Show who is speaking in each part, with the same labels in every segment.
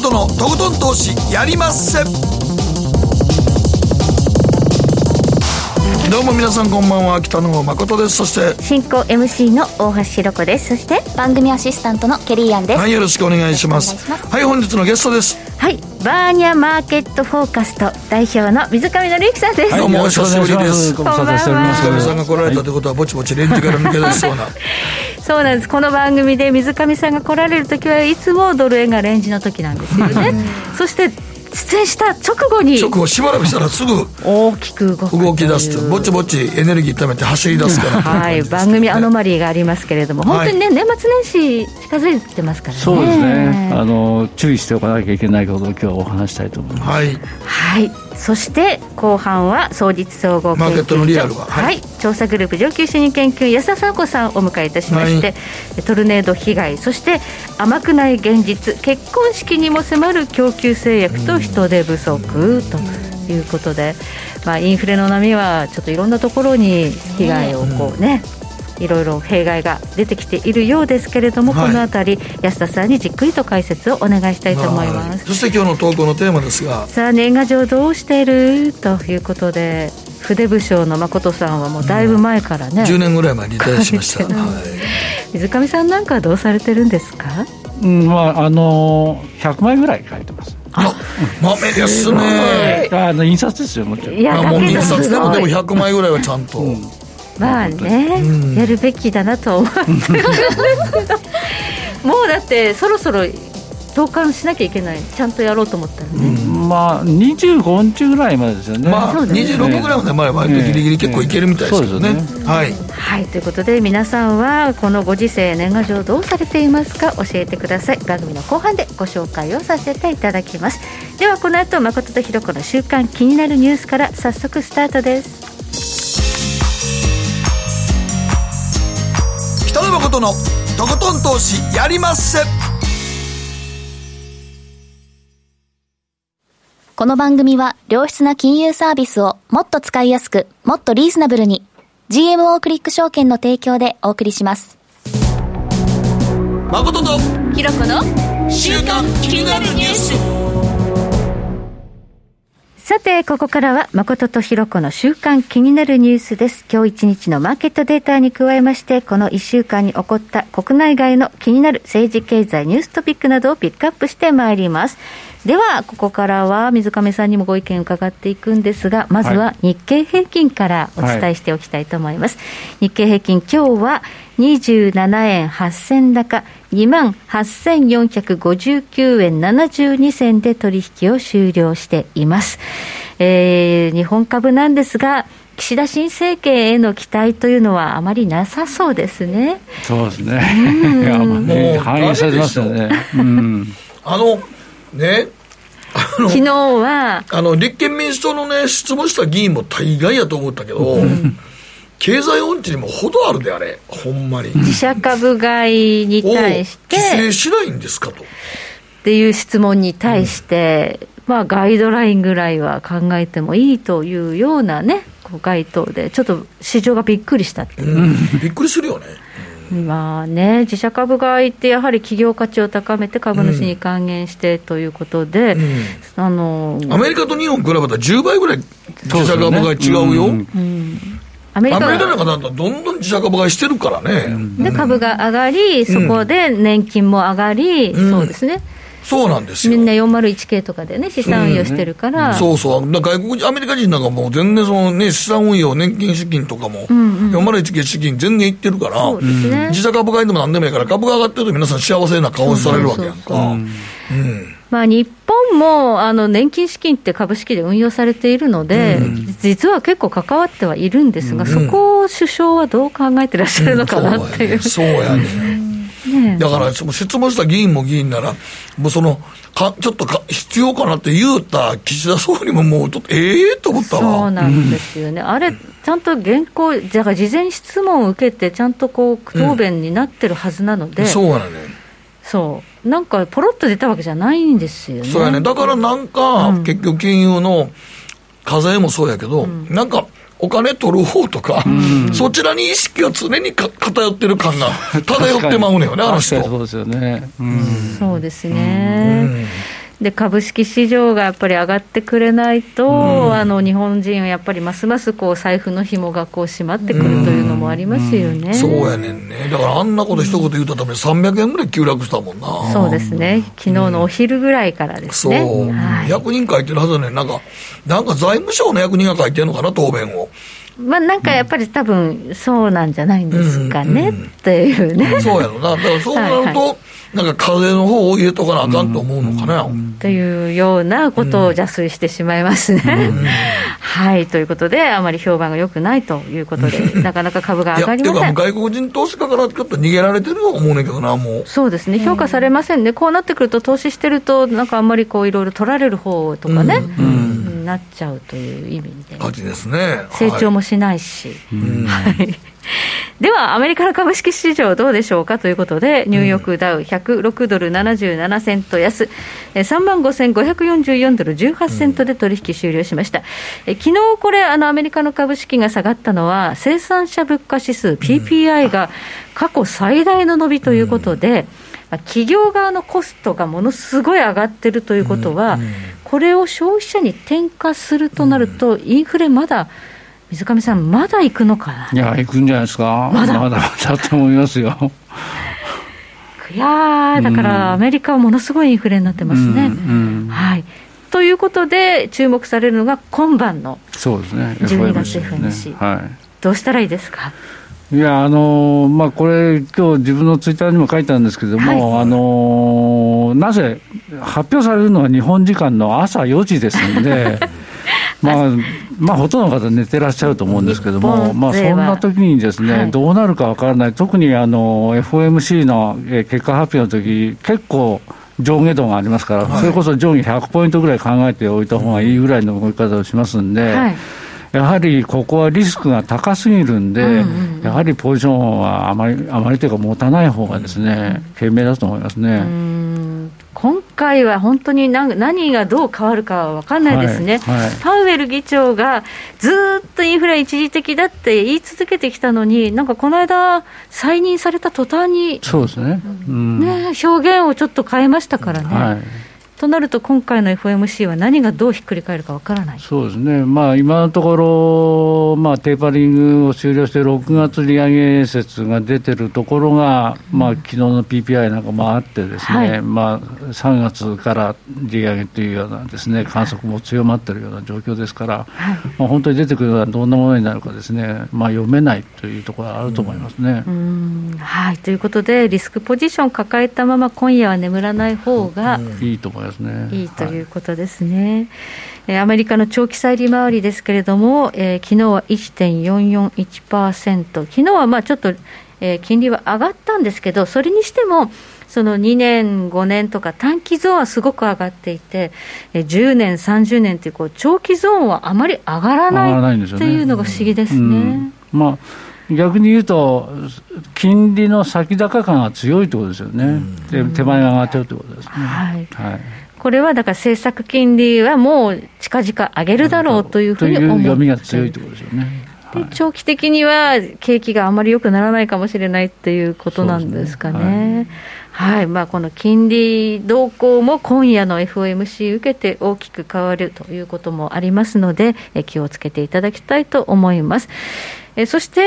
Speaker 1: 誠のとことん投資やりまっせ。どうも皆さんこんばんは、北野誠です。そして
Speaker 2: 進行 MC の大橋ひろ子です。そして
Speaker 3: 番組アシスタントのケリーアンです。
Speaker 1: はい、よろしくお願いします。はい、本日のゲストです。
Speaker 2: はい、バーニャマーケットフォーカスト代表の水上紀之さんです。
Speaker 1: はい、どうもお久しぶりです。
Speaker 2: こんばんは。
Speaker 1: 水上さんが来られたということは、ぼちぼちレンジから抜け出しそうな
Speaker 2: そうなんです。この番組で水上さんが来られるときはいつもドル円がレンジの時なんですよねそして出演した直後
Speaker 1: しばらくしたらすぐ
Speaker 2: 大きく動
Speaker 1: き出すと、ぼちぼちエネルギー貯めて走り出すから
Speaker 2: はい、番組アノマリーがありますけれども、本当にね、年末年始近づいてますからね。
Speaker 4: そうですね、注意しておかなきゃいけないことを今日はお話したいと思います。
Speaker 1: はい、
Speaker 2: はい、そして後半は総実総合研究所
Speaker 1: マーケットのリアルは、
Speaker 2: はい、調査グループ上級主任研究員安田佐和子さんをお迎えいたしまして、はい、トルネード被害、そして甘くない現実、結婚式にも迫る供給制約と人手不足ということで、インフレの波はちょっといろんなところに被害をこうね、いろいろ弊害が出てきているようですけれども、はい、このあたり安田さんにじっくりと解説をお願いしたいと思います。
Speaker 1: そして今日の投稿のテーマですが、
Speaker 2: さあ年賀状どうしているということで、筆武将の誠さんはもうだいぶ前からね、
Speaker 1: 10年ぐらい前にリタイアしました、はい、
Speaker 2: 水上さんなんかはどうされてるんですか。
Speaker 4: 100枚ぐらい書いてます。
Speaker 1: 豆ですね。
Speaker 4: 印刷ですよ、もちろん。
Speaker 2: いや、
Speaker 1: もう印刷でも100枚ぐらいはちゃんと、
Speaker 2: まあね、やるべきだなと思ってるんですけどもうだってそろそろ投函しなきゃいけない、ちゃんとやろうと思ったらね、
Speaker 4: 25日ぐらいまでですよね。
Speaker 1: 26ぐらいまで割とギリギリ結構いけるみたいですけどね。はい、
Speaker 2: はい、ということで皆さんはこのご時世年賀状どうされていますか、教えてください。番組の後半でご紹介をさせていただきます。ではこの後誠とひろ子の週刊気になるニュースから早速スタートです。
Speaker 1: 北野誠のとことん投資やりまっせ。
Speaker 3: この番組は良質な金融サービスをもっと使いやすく、もっとリーズナブルに GMO クリック証券の提供でお送りします。
Speaker 1: 誠と
Speaker 3: ひろ子の
Speaker 1: 週刊気になるニュース。
Speaker 2: さてここからは誠とひろ子の週刊気になるニュースです。今日一日のマーケットデータに加えまして、この1週間に起こった国内外の気になる政治経済ニューストピックなどをピックアップしてまいります。ではここからは水上さんにもご意見を伺っていくんですが、まずは日経平均からお伝えしておきたいと思います、日経平均今日は27円8銭高 28,459 円72銭で取引を終了しています。日本株なんですが、岸田新政権への期待というのはあまりなさそうですね。
Speaker 4: そうですね、反映されてますよね。
Speaker 2: 昨日は
Speaker 1: 立憲民主党のね、質問した議員も大概やと思ったけど、経済音痴にも程あるで、あれほんまに
Speaker 2: 自社株買いに対して
Speaker 1: 規制しないんですかと
Speaker 2: っていう質問に対して、ガイドラインぐらいは考えてもいいというようなね、回答でちょっと市場がびっくりしたっていう、
Speaker 1: びっくりするよね。
Speaker 2: 自社株買いってやはり企業価値を高めて株主に還元してということで、
Speaker 1: アメリカと日本比べたら10倍ぐらい自社株買い違うよ。アメリカなんかだとどんどん自社株買いしてるからね、
Speaker 2: で株が上がり、そこで年金も上がり、そうですね、
Speaker 1: そうなんですよ。
Speaker 2: みんな 401K とかでね資産運用してるから、
Speaker 1: そうそう、外国人アメリカ人なんかもう全然その、ね、資産運用年金資金とかも、401K 資金全然いってるから、そうですね、自社株買いでも何でもいいから株が上がってると皆さん幸せな顔されるわけやんか。
Speaker 2: 日本も年金資金って株式で運用されているので、実は結構関わってはいるんですが、そこを首相はどう考えてらっしゃるのかなっていう、
Speaker 1: そうやね、だから質問した議員も議員ならもうちょっと必要かなって言うた岸田総理ももうちょっとと思ったわ。
Speaker 2: そうなんですよね、あれちゃんと原稿だから事前質問を受けてちゃんと答弁になってるはずなので、
Speaker 1: そうやね、
Speaker 2: そうなんかポロッと出たわけじゃないんですよね。
Speaker 1: そうやね、だからなんか、結局金融の課税もそうやけど、なんかお金取る方とか、そちらに意識が常に偏ってる感が漂ってまうのよね、あの人。
Speaker 4: そうですよね、
Speaker 2: そうですね、 で株式市場がやっぱり上がってくれないと、日本人はやっぱりますますこう財布の紐がこう締まってくるというのもありますよね。
Speaker 1: そうやねんね。だからあんなこと一言言うたために300円ぐらい急落したもんな。
Speaker 2: そうですね、昨日のお昼ぐらいからですね。
Speaker 1: そう、役人書いてるはずだね。なんか財務省の役人が書いてるのかな、答弁を。
Speaker 2: なんかやっぱり多分そうなんじゃないんですかね、っていうね。
Speaker 1: そうやろな。だからそうなると、なんか風の方を入れとかなあかんと思うのかな、
Speaker 2: というようなことを邪推してしまいますね。はい、ということであまり評判が良くないということでなかなか株が上がりません。
Speaker 1: いや、外国人投資家からちょっと逃げられてると思うねんけどな。もう
Speaker 2: そうですね、評価されませんね。こうなってくると投資してるとなんかあんまりこういろいろ取られる方とかね、なっちゃうという意味で
Speaker 1: 感じですね。
Speaker 2: 成長もしないし、ではアメリカの株式市場どうでしょうかということで、ニューヨークダウ106ドル77セント安、35,544ドル18セントで取引終了しました。昨日これアメリカの株式が下がったのは生産者物価指数 PPI が過去最大の伸びということで、企業側のコストがものすごい上がってるということは、これを消費者に転嫁するとなると、インフレまだ水上さんまだ行くのかな。
Speaker 4: いや、行くんじゃないですか。まだと思いますよ。
Speaker 2: いやだからアメリカはものすごいインフレになってますね。はい、ということで注目されるのが今晩の12月 FOMC、どうしたらいいですか。
Speaker 4: いやこれ今日自分のツイッターにも書いたんですけども、なぜ発表されるのは日本時間の朝4時ですのでほとんどの方寝てらっしゃると思うんですけども、そんな時にですね、どうなるかわからない。特にFOMC の結果発表の時結構上下動がありますから、それこそ上下100ポイントぐらい考えておいた方がいいぐらいの動き方をしますんで、やはりここはリスクが高すぎるんで、やはりポジションはあまりというか持たない方がですね、賢明だと思いますね。
Speaker 2: 今回は本当に何がどう変わるかは分かんないですね。パウエル議長がずっとインフレは一時的だって言い続けてきたのに、なんかこの間再任された途端に
Speaker 4: そうですね、
Speaker 2: 表現をちょっと変えましたからね。となると今回の FOMC は何がどうひっくり返るかわからない。
Speaker 4: そうですね、今のところ、テーパリングを終了して6月利上げ説が出てるところが、昨日の PPI なんかもあってですね、3月から利上げというようなですね、観測も強まっているような状況ですから、本当に出てくるのはどんなものになるかですね、読めないというところがあると思いますね。
Speaker 2: ということでリスクポジションを抱えたまま今夜は眠らない方が
Speaker 4: いいと思います。
Speaker 2: いいということですね。アメリカの長期債利回りですけれども、昨日は 1.441%、 昨日はちょっと、金利は上がったんですけど、それにしてもその2年5年とか短期ゾーンはすごく上がっていて、10年30年という、長期ゾーンはあまり上がらないっていうのが不思議ですね。
Speaker 4: 逆に言うと金利の先高感が強いということですよね。で手前が上がってるということですね。
Speaker 2: これはだから政策金利はもう近々上げるだろうというふうに思うという
Speaker 4: 読みが強いということですよね。
Speaker 2: で長期的には景気があまり良くならないかもしれないっていうことなんですかね。この金利動向も今夜の FOMC 受けて大きく変わるということもありますので、気をつけていただきたいと思います。そして、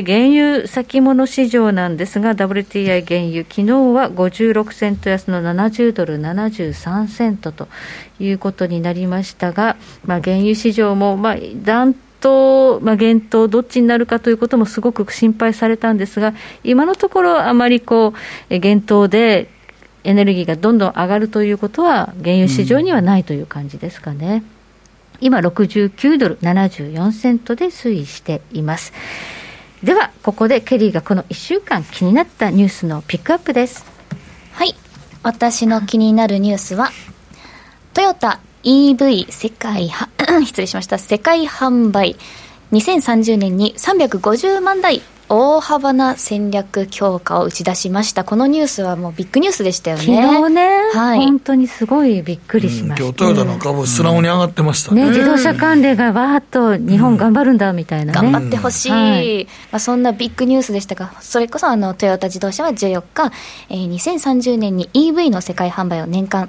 Speaker 2: 原油先物市場なんですが、 WTI 原油昨日は56セント安の70ドル73セントということになりましたが、原油市場も暖冬、減冬どっちになるかということもすごく心配されたんですが、今のところあまり減冬でエネルギーがどんどん上がるということは原油市場にはないという感じですかね。今69ドル74セントで推移しています。ではここでケリーがこの1週間気になったニュースのピックアップです。
Speaker 3: 私の気になるニュースはトヨタ EV 世界販売2030年に350万台大幅な戦略強化を打ち出しました。このニュースはもうビッグニュースでしたよね。
Speaker 2: 昨日ね、
Speaker 3: はい、
Speaker 2: 本当にすごいびっくりしました、
Speaker 1: 今日トヨタの株素直に上がってましたね、
Speaker 2: 自動車関連がわーっと日本頑張るんだみたいなね、
Speaker 3: 頑張ってほしい、はいそんなビッグニュースでしたが、それこそトヨタ自動車は14日、2030年に EV の世界販売を年間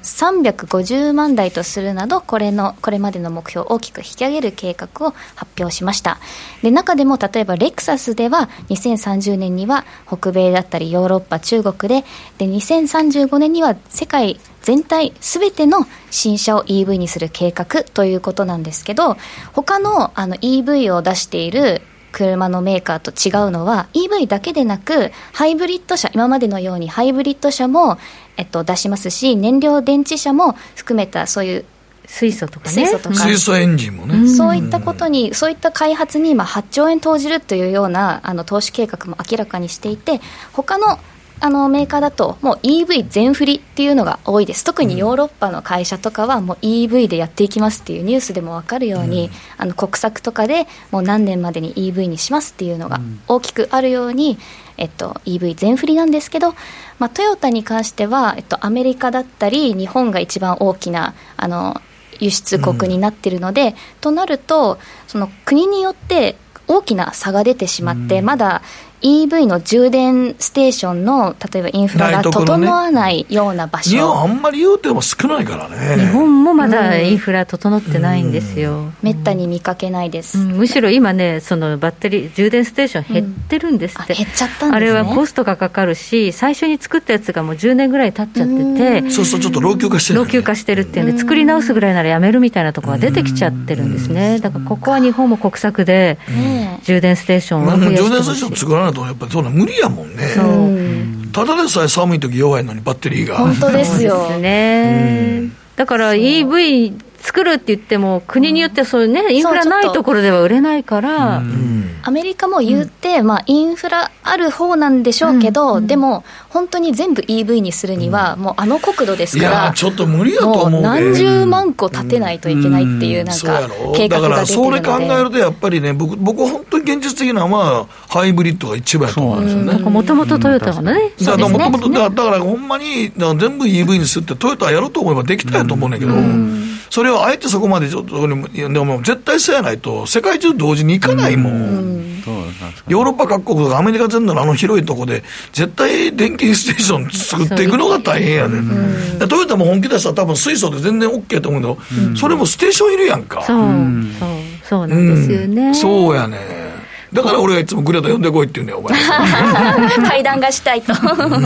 Speaker 3: 350万台とするなどこれまでの目標を大きく引き上げる計画を発表しました。で中でも例えばレクサスでは2030年には北米だったりヨーロッパ、中国で2035年には世界全体すべての新車を EV にする計画ということなんですけど、他のEV を出している車のメーカーと違うのは EV だけでなくハイブリッド車、今までのようにハイブリッド車も、出しますし、燃料電池車も含めたそういう
Speaker 2: 水素とかね、
Speaker 1: 水素エンジンもね、
Speaker 3: そういったことに、そういった開発に今8兆円投じるというような投資計画も明らかにしていて、他のメーカーだともう EV 全振りっていうのが多いです。特にヨーロッパの会社とかはもう EV でやっていきますっていうニュースでも分かるように、国策とかでもう何年までに EV にしますっていうのが大きくあるように、EV 全振りなんですけど、トヨタに関しては、アメリカだったり日本が一番大きな輸出国になっているので、となるとその国によって大きな差が出てしまって、まだEV の充電ステーションの例えばインフラが整わないような場所、
Speaker 1: 日本あんまり言うても少ないからね。
Speaker 2: 日本もまだインフラ整ってないんですよ、
Speaker 3: めったに見かけないです、
Speaker 2: むしろ今ね、そのバッテリー充電ステーション減ってるんですって、
Speaker 3: 減っちゃったんですね。
Speaker 2: あれはコストがかかるし、最初に作ったやつがもう10年ぐらい経っちゃってて、
Speaker 1: そうするとちょっと老朽化してる、
Speaker 2: 老朽化してるっていうんで、作り直すぐらいならやめるみたいなところが出てきちゃってるんですね。だからここは日本も国策で充電ステーションを増やしてほしい。
Speaker 1: 充電ステーション作らないとやっぱりそんな無理やもんね。ただでさえ寒い時弱いのにバッテリーが。
Speaker 3: 本当ですよ。
Speaker 2: そうですね。だから EV 作るって言っても国によってそういうね、インフラないところでは売れないから、
Speaker 3: アメリカも言って、インフラある方なんでしょうけど、でも本当に全部 EV にするには、もう国土ですから、
Speaker 1: いやちょっと無理やと思う。
Speaker 3: もう何十万個建てないといけないっていうなんか計画が出てるので、
Speaker 1: だからそれ考えるとやっぱりね、僕本当に現実的なのはハイブリッドが一番やと思うんですよね。
Speaker 2: もともとトヨタがね、
Speaker 1: だからほんまに全部 EV にするってトヨタはやろうと思えばできたやと思うんだけど、それをあえてそこまでちょっとでも絶対そうやないと世界中同時に行かないもん、ヨーロッパ各国とかアメリカ全土の広いとこで絶対電気ステーション作っていくのが大変やね、トヨタも本気出したら多分水素で全然 OK と思うけど、それもステーションいるやんか。
Speaker 2: そうなんですよね、
Speaker 1: そうやね。だから俺がいつもグレタ呼んでこいって言うねん、お前
Speaker 3: 対談がしたいと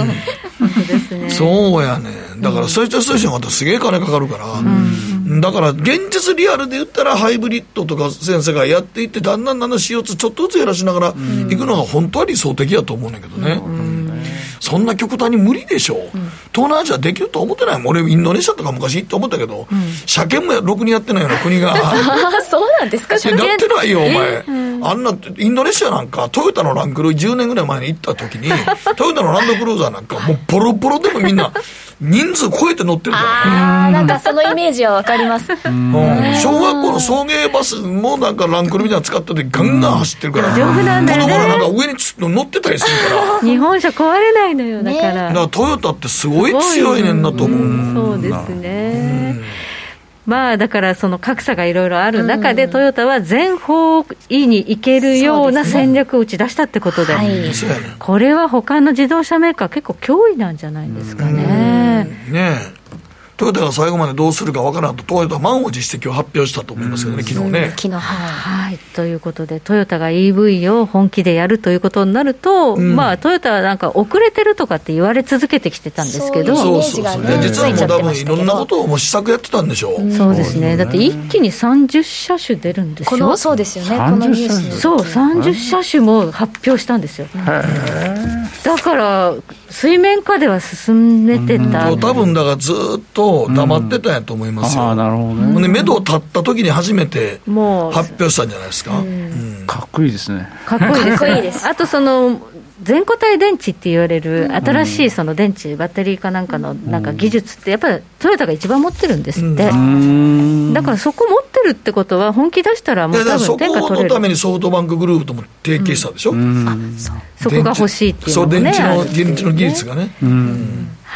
Speaker 1: そうやね。だからそういったステーションがあったらすげえ金かかるから、だから現実リアルで言ったらハイブリッドとか先生がやっていってだんだんCO2 ちょっとずつ減らしながら行くのが本当は理想的やと思うんだけどね、そんな極端に無理でしょ、東南アジアできると思ってないもん。俺インドネシアとか昔行って思ったけど、車検もろくにやってないような国が
Speaker 3: そうなんですか。
Speaker 1: 車検やってないよお前、あんなインドネシアなんかトヨタのランクル10年ぐらい前に行った時にトヨタのランドクルーザーなんかもうボロボロでもみんな人数超えて乗ってるからね。
Speaker 3: なんかそのイメージはわかります、
Speaker 1: 小学校の送迎バスもなんかランクルみたいなの使っててガンガン走ってるから、
Speaker 2: 丈夫なんだよね。
Speaker 1: 子供がなんか上に乗ってたりするから
Speaker 2: 日本車壊れないのよ。だから
Speaker 1: トヨタってすごい強いねんなと思う、
Speaker 2: そうですね、だからその格差がいろいろある中で、トヨタは全方位に行けるような戦略を打ち出したってことで、これは他の自動車メーカー結構脅威なんじゃないですかね。
Speaker 1: トヨタが最後までどうするかわからんとトヨタは満を持して今日発表したと思いますけどね、昨日ね。
Speaker 2: ということでトヨタが EV を本気でやるということになると、トヨタはなんか遅れてるとかって言われ続けてきてたんですけど、
Speaker 1: 実はもう多分いろんなことをもう試作やってたんでしょう。
Speaker 2: そうですね。だって一気に30車種出るんですよ。
Speaker 3: そうですよね。このニュース
Speaker 2: そう30車種も発表したんですよ。だから水面下では進めてた、
Speaker 1: 多分だからずっと黙ってたんやと思いますよ。
Speaker 4: なるほどね。
Speaker 1: で目処を立った時に初めて発表したんじゃないですか。
Speaker 4: かっこいいですね。
Speaker 2: かっこいいです。あとその全固体電池って言われる新しいその電池、バッテリーかなんかのなんか技術ってやっぱりトヨタが一番持ってるんですって、だからそこ持ってるってことは本気出したらもう多分天下取れる。
Speaker 1: そこのためにソフトバンクグループとも提携したでしょ、
Speaker 2: そこが欲しいっていうのもね、
Speaker 1: 電池の技術がね、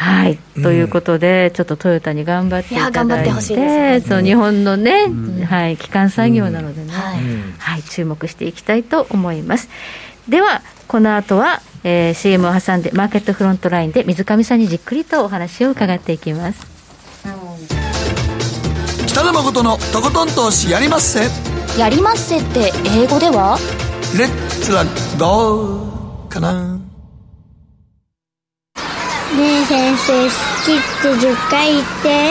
Speaker 2: はい、ということでちょっとトヨタに頑張っていただいて、
Speaker 3: 頑張ってほしいですね。
Speaker 2: そう日本のね、はい、基幹産業なのでね、はい、注目していきたいと思います。ではこの後は、CM を挟んでマーケットフロントラインで水上さんにじっくりとお話を伺っていきます。
Speaker 1: 北野誠のとことん投資やりまっせ。
Speaker 3: やりまっせって英語では
Speaker 1: レッツラゴーかな。
Speaker 5: ねえ先生、好きって10回言って。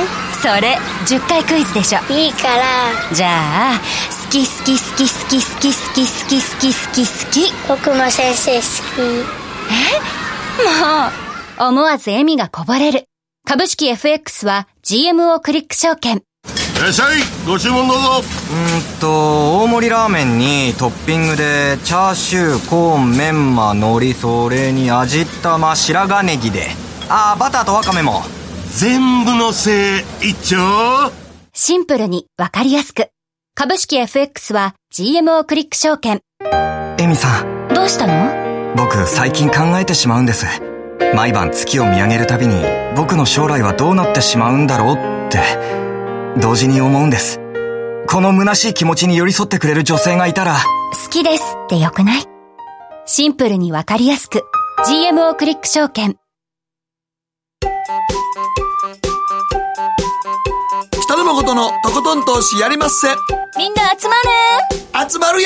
Speaker 6: それ10回クイズでしょ。
Speaker 5: いいから。
Speaker 6: じゃあ好き好き好き好き好き好き好き好き好き好き。
Speaker 5: 僕も先生好き。
Speaker 6: もう思わず笑みがこぼれる。株式 FX は GMO クリック証券。
Speaker 7: いらっしゃい、ご注文どうぞ。
Speaker 8: 大盛りラーメンにトッピングでチャーシュー、コーン、メンマ、海苔、それに味玉、白髪ネギで、バターとワカメも
Speaker 7: 全部のせい一丁。
Speaker 6: シンプルにわかりやすく。株式 FX は GMO クリック証券。
Speaker 8: エミさん、
Speaker 6: どうしたの？
Speaker 8: 僕最近考えてしまうんです。毎晩月を見上げるたびに僕の将来はどうなってしまうんだろうって同時に思うんです。この虚しい気持ちに寄り添ってくれる女性がいたら。
Speaker 6: 好きですってよくない？シンプルにわかりやすく GMO クリック証券。
Speaker 1: 北野誠のとことん投資やりまっせ。
Speaker 6: みんな集まる。
Speaker 1: 集まるよ。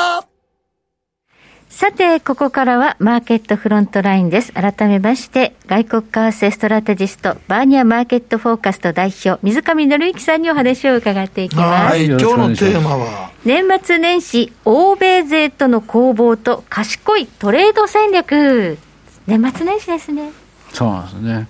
Speaker 2: さてここからはマーケットフロントラインです。改めまして外国為替ストラテジストバーニアマーケットフォーカスト代表水上紀之さんにお話を伺っていきます。
Speaker 1: はい、今日のテーマは
Speaker 2: 年末年始欧米勢との攻防と賢いトレード戦略。年末年始ですね。
Speaker 4: そうなんですね、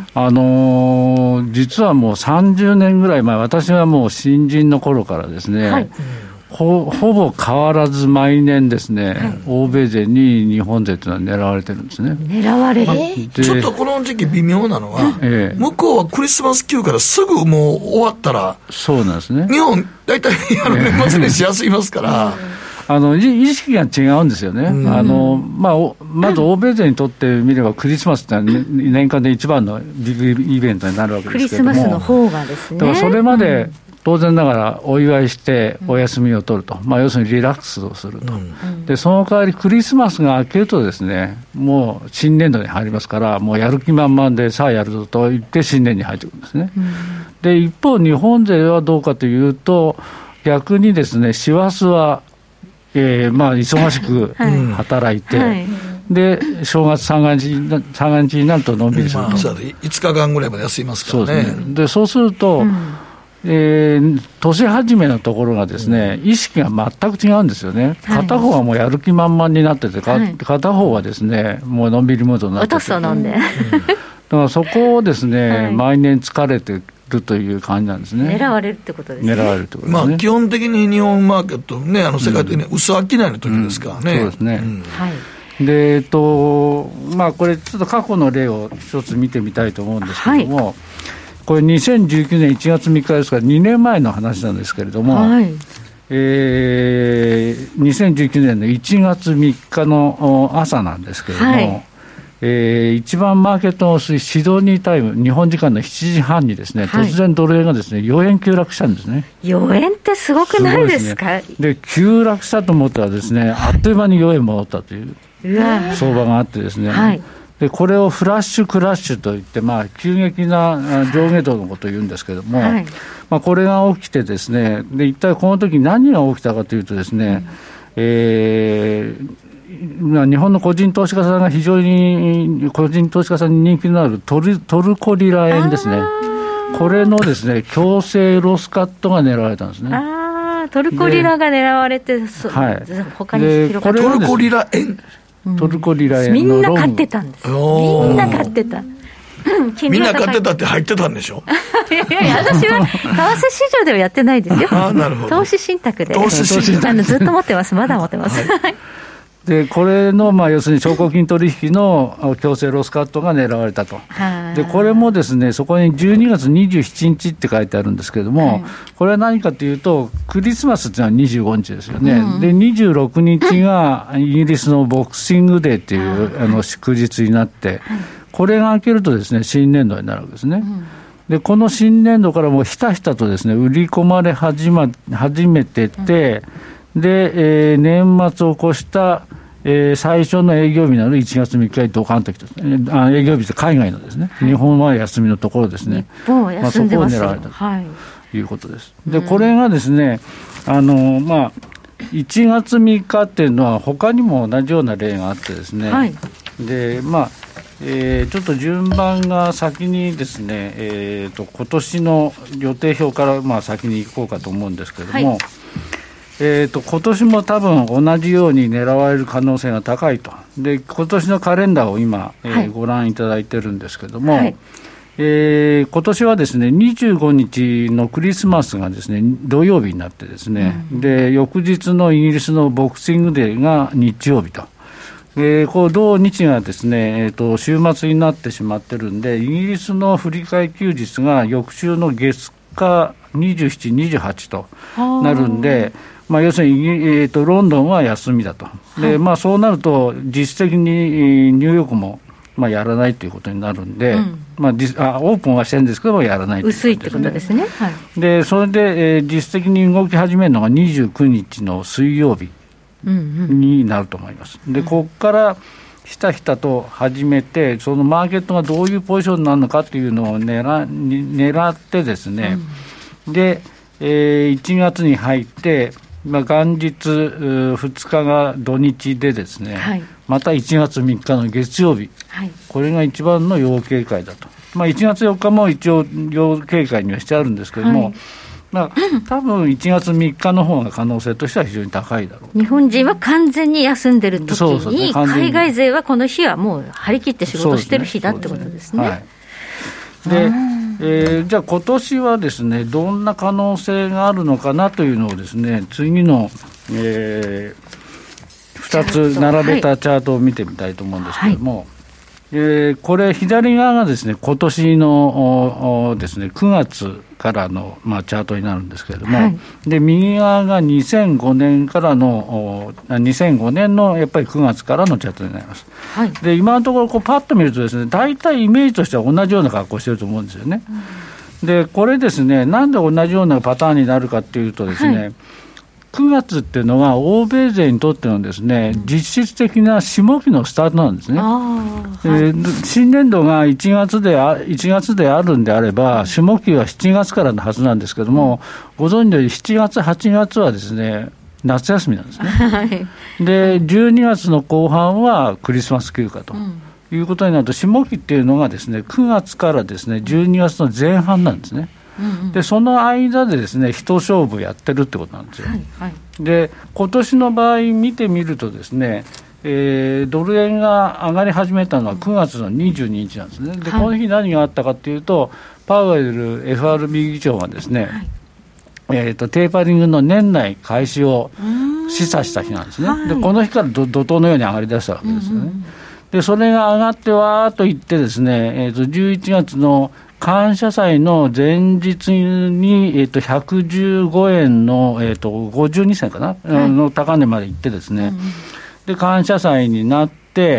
Speaker 4: 実はもう30年ぐらい前、私はもう新人の頃からですね、はい、ほぼ変わらず毎年ですね、はい、欧米勢に日本勢というのは狙われてるんですね。
Speaker 2: 狙われる、
Speaker 1: ちょっとこの時期微妙なのは、向こうはクリスマス休からすぐもう終わったら、
Speaker 4: そうなんですね。
Speaker 1: 日本大体年末年始休みますから
Speaker 4: 意識が違うんですよね、まず欧米勢にとってみればクリスマスって年間で一番のビッグイベントになるわけですけれども、
Speaker 2: クリスマスの方がですね、
Speaker 4: だからそれまで当然ながらお祝いしてお休みを取ると、要するにリラックスをすると、でその代わりクリスマスが明けるとですね、もう新年度に入りますから、もうやる気満々でさあやるぞと言って新年に入ってくるんですね、で一方日本勢はどうかというと逆にですね、師走は忙しく働いて、はい、で正月三が日になるとのんびりすると、
Speaker 1: 5日間ぐらいまで休みますからね。
Speaker 4: そうですね。でそうすると、年始めのところがですね、意識が全く違うんですよね、片方はもうやる気満々になってて、片方はですねもうのんびりムードになってて、
Speaker 2: おとそ飲んで、
Speaker 4: だからそこをですね、毎年疲れてるという感じなんですね。
Speaker 2: 狙われるってことですね。
Speaker 4: 狙われるってことですね。
Speaker 1: 基本的に日本マーケットね、世界的に薄商いの時ですからね、
Speaker 4: そうですね、でこれちょっと過去の例を一つ見てみたいと思うんですけども、これ2019年1月3日ですから2年前の話なんですけれども、2019年の1月3日の朝なんですけれども、一番マーケットの薄いシドニータイム、日本時間の7時半にですね、突然ドル円がですね4円急落したんですね。
Speaker 2: 4円ってすごくないですか？
Speaker 4: で急落したと思ったらですね、あっという間に4円戻ったという相場があってですね、でこれをフラッシュクラッシュといって、急激な上下動のことを言うんですけれども、これが起きてですね、で一体この時何が起きたかというとですね、日本の個人投資家さんが非常に個人投資家さんに人気のあるトルコリラ円ですね、これのですね強制ロスカットが狙われたんですね。
Speaker 2: トルコリラが狙われて、他に広がって
Speaker 1: トルコリラ円、
Speaker 4: トルコリラ円
Speaker 2: みんな買ってたんです。みんな買ってた。
Speaker 1: みんな買ってたって入ってたんでしょ。
Speaker 2: いや私は為替市場ではやってないですよ。
Speaker 1: なるほど。
Speaker 2: 投資信託で
Speaker 1: ずっ
Speaker 2: と持ってます。まだ持ってます。
Speaker 4: でこれの要するに証拠金取引の強制ロスカットが狙われたと。でこれもですね、そこに12月27日って書いてあるんですけれども、これは何かというとクリスマスっていうのは25日ですよね、で26日がイギリスのボクシングデーっていう祝日になって、 これが開けるとですね、新年度になるわけですね。でこの新年度からもうひたひたとですね、売り込まれ始めてて、で、年末を越した、最初の営業日なの1月3日にドカンときてですね、営業日って海外のですね、日本は休みのところですね。
Speaker 2: 日本は休んでますよ。
Speaker 4: そこを狙われたということです。で、これがですね、1月3日っていうのは他にも同じような例があってですね、でちょっと順番が先にですね、今年の予定表から先に行こうかと思うんですけれども、今年も多分同じように狙われる可能性が高いと。で今年のカレンダーを今、ご覧いただいてるんですけれども、今年はですね25日のクリスマスがですね土曜日になってですね、で翌日のイギリスのボクシングデーが日曜日と。こう同日がですね、週末になってしまってるんで、イギリスの振り替え休日が翌週の月火27、28となるんで、要するに、ロンドンは休みだと。で、そうなると実質的にニューヨークもやらないということになるんで、オープンはしてるんですけどもやらないということですね。薄いってことですね。でそれで、実質的に動き始めるのが29日の水曜日になると思います。でここからひたひたと始めて、そのマーケットがどういうポジションになるのかというのを狙ってですね、で、1月に入って、元日2日が土日でですね、また1月3日の月曜日、これが一番の要警戒だと。1月4日も一応要警戒にはしてあるんですけれども、多分1月3日の方が可能性としては非常に高いだろう。
Speaker 2: 日本人は完全に休んでる時に、海外勢はこの日はもう張り切って仕事してる日だってことですね。
Speaker 4: で、じゃあ今年はですねどんな可能性があるのかなというのをですね、次の、2つ並べたチャートを見てみたいと思うんですけれども、これ左側がですね今年のですね9月からの、チャートになるんですけれども、で右側が2005年からの2005年のやっぱり9月からのチャートになります。で今のところパッと見るとですね、大体イメージとしては同じような格好してると思うんですよね。でこれですね、なんで同じようなパターンになるかっていうとですね、9月っていうのが欧米勢にとってのですね、実質的な下期のスタートなんですね。新年度が1月であるんであれば、下期は7月からのはずなんですけども、ご存知のように7月、8月はですね、夏休みなんですね。で、12月の後半はクリスマス休暇ということになると、下期っていうのがですね、9月からですね、12月の前半なんですね。でその間でですね一勝負やってるってことなんですよ。で今年の場合見てみるとですね、ドル円が上がり始めたのは9月の22日なんですね。でこの日何があったかというと、パウエル FRB 議長がですね、テーパリングの年内開始を示唆した日なんですね。でこの日から怒涛のように上がりだしたわけですよね。でそれが上がってわーっといってですね、11月の感謝祭の前日に、115円の、52銭かな、の高値まで行ってですね、で感謝祭になって、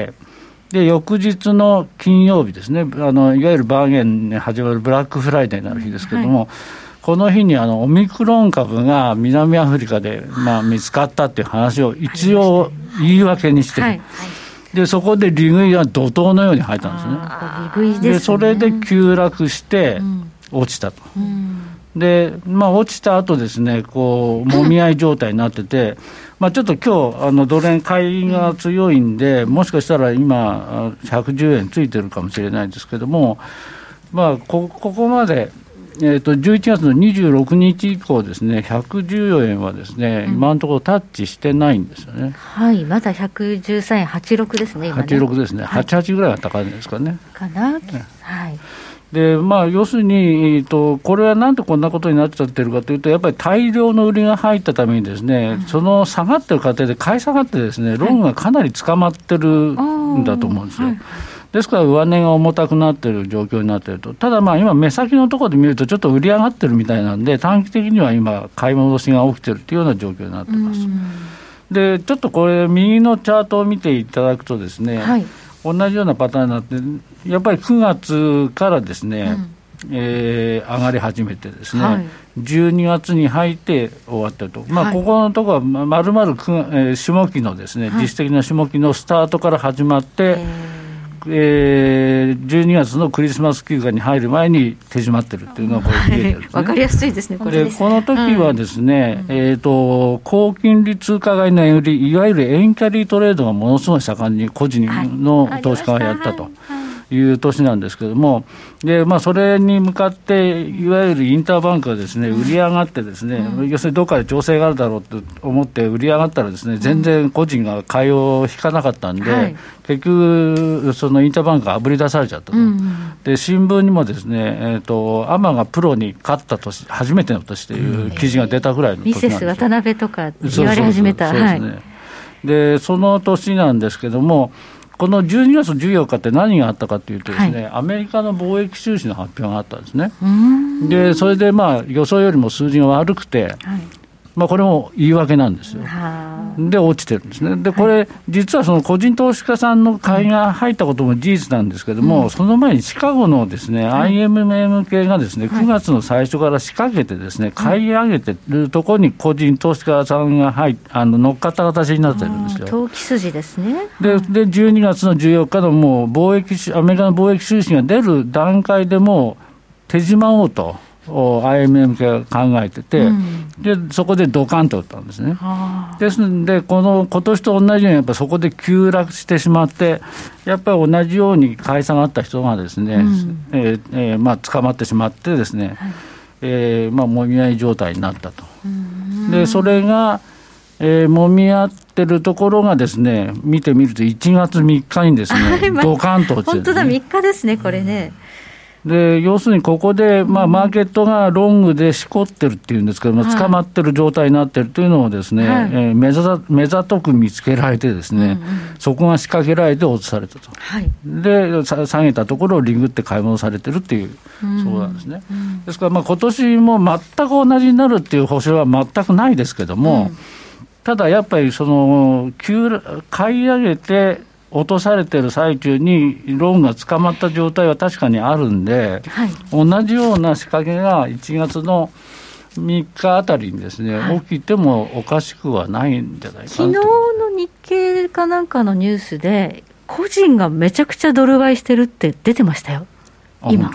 Speaker 4: で翌日の金曜日ですね、いわゆるバーゲンに始まるブラックフライデーになる日ですけれども、この日にオミクロン株が南アフリカで、見つかったっていう話を一応言い訳にして、でそこで利食いが怒涛のように入ったんですね。でそれで急落して落ちたと。で落ちた後ですね、こうもみ合い状態になってて、ちょっと今日ドル円買いが強いんで、もしかしたら今110円ついてるかもしれないですけども、ここまで11月の26日以降ですね、114円はですね、今のところタッチしてないんですよね。
Speaker 2: まだ113円86ですね、今ね。
Speaker 4: 86ですね、88ぐらいが高いんですかね。で要するに、これはなんでこんなことになっちゃってるかというと、やっぱり大量の売りが入ったためにですね、その下がってる過程で買い下がってですね、ロンがかなり捕まってるんだと思うんですよ。ですから上値が重たくなっている状況になっていると。ただ今目先のところで見るとちょっと売り上がってるみたいなんで、短期的には今買い戻しが起きているというような状況になっています。でちょっとこれ右のチャートを見ていただくとですね、 同じようなパターンになって、やっぱり9月からですね、上がり始めてですね、はい、12月に入って終わったと、ここのところはまるまる下期のですね、実質的な下期のスタートから始まって、12月のクリスマス休暇に入る前に手締まってるっていうのがこれ見えてるんですね。
Speaker 2: わかりやすいですね。こ
Speaker 4: の時はですね、高金利通貨買いの円売り、いわゆる円キャリートレードがものすごい盛んに個人の投資家がやったという年なんですけれども、でそれに向かっていわゆるインターバンクがですね売り上がってですね、要するにどっかで調整があるだろうと思って売り上がったらですね、全然個人が買いを引かなかったんで、結局そのインターバンクがあぶり出されちゃったと、で新聞にもですね、アマがプロに勝った年、初めての年という記事が出たぐらいの時なんですよ。
Speaker 2: ミセス渡辺とか言われ始めた。
Speaker 4: そうですね。でその年なんですけども、この12月14日って何があったかというとですね、アメリカの貿易収支の発表があったんですね。でそれで予想よりも数字が悪くて、これも言い訳なんですよ。で落ちてるんですね。でこれ、実はその個人投資家さんの買いが入ったことも事実なんですけども、その前にシカゴのですね、IMM 系がですね、9月の最初から仕掛けてですね、買い上げてるところに個人投資家さんが乗っかった形になってるんですよ。
Speaker 2: 投機筋ですね。
Speaker 4: で12月の14日のもうアメリカの貿易収支が出る段階でもう手締まおうとIMM 系が考えてて、でそこでドカンと打ったんですね。ですので今年と同じようにやっぱそこで急落してしまって、やっぱり同じように買い下がった人がですね、捕まってしまってですね、もみ合い状態になったと。でそれが、もみ合ってるところがですね、見てみると1月3日にですね、ドカンと落ちてるんですね。
Speaker 2: 本当だ、3日ですね、これね。
Speaker 4: で要するにここで、マーケットがロングでしこってるっていうんですけども、捕まってる状態になってるというのをですね、目ざとく見つけられてですね、そこが仕掛けられて落とされたと、で下げたところをリグって買い戻されてるっていう、そうなんですね。ですから今年も全く同じになるっていう保証は全くないですけども、ただやっぱりその買い上げて落とされてる最中にローンが捕まった状態は確かにあるんで、同じような仕掛けが1月の3日あたりにですね、起きてもおかしくはないんじゃないかなと。
Speaker 2: 昨日の日経かなんかのニュースで個人がめちゃくちゃドル買いしてるって出てましたよ、今。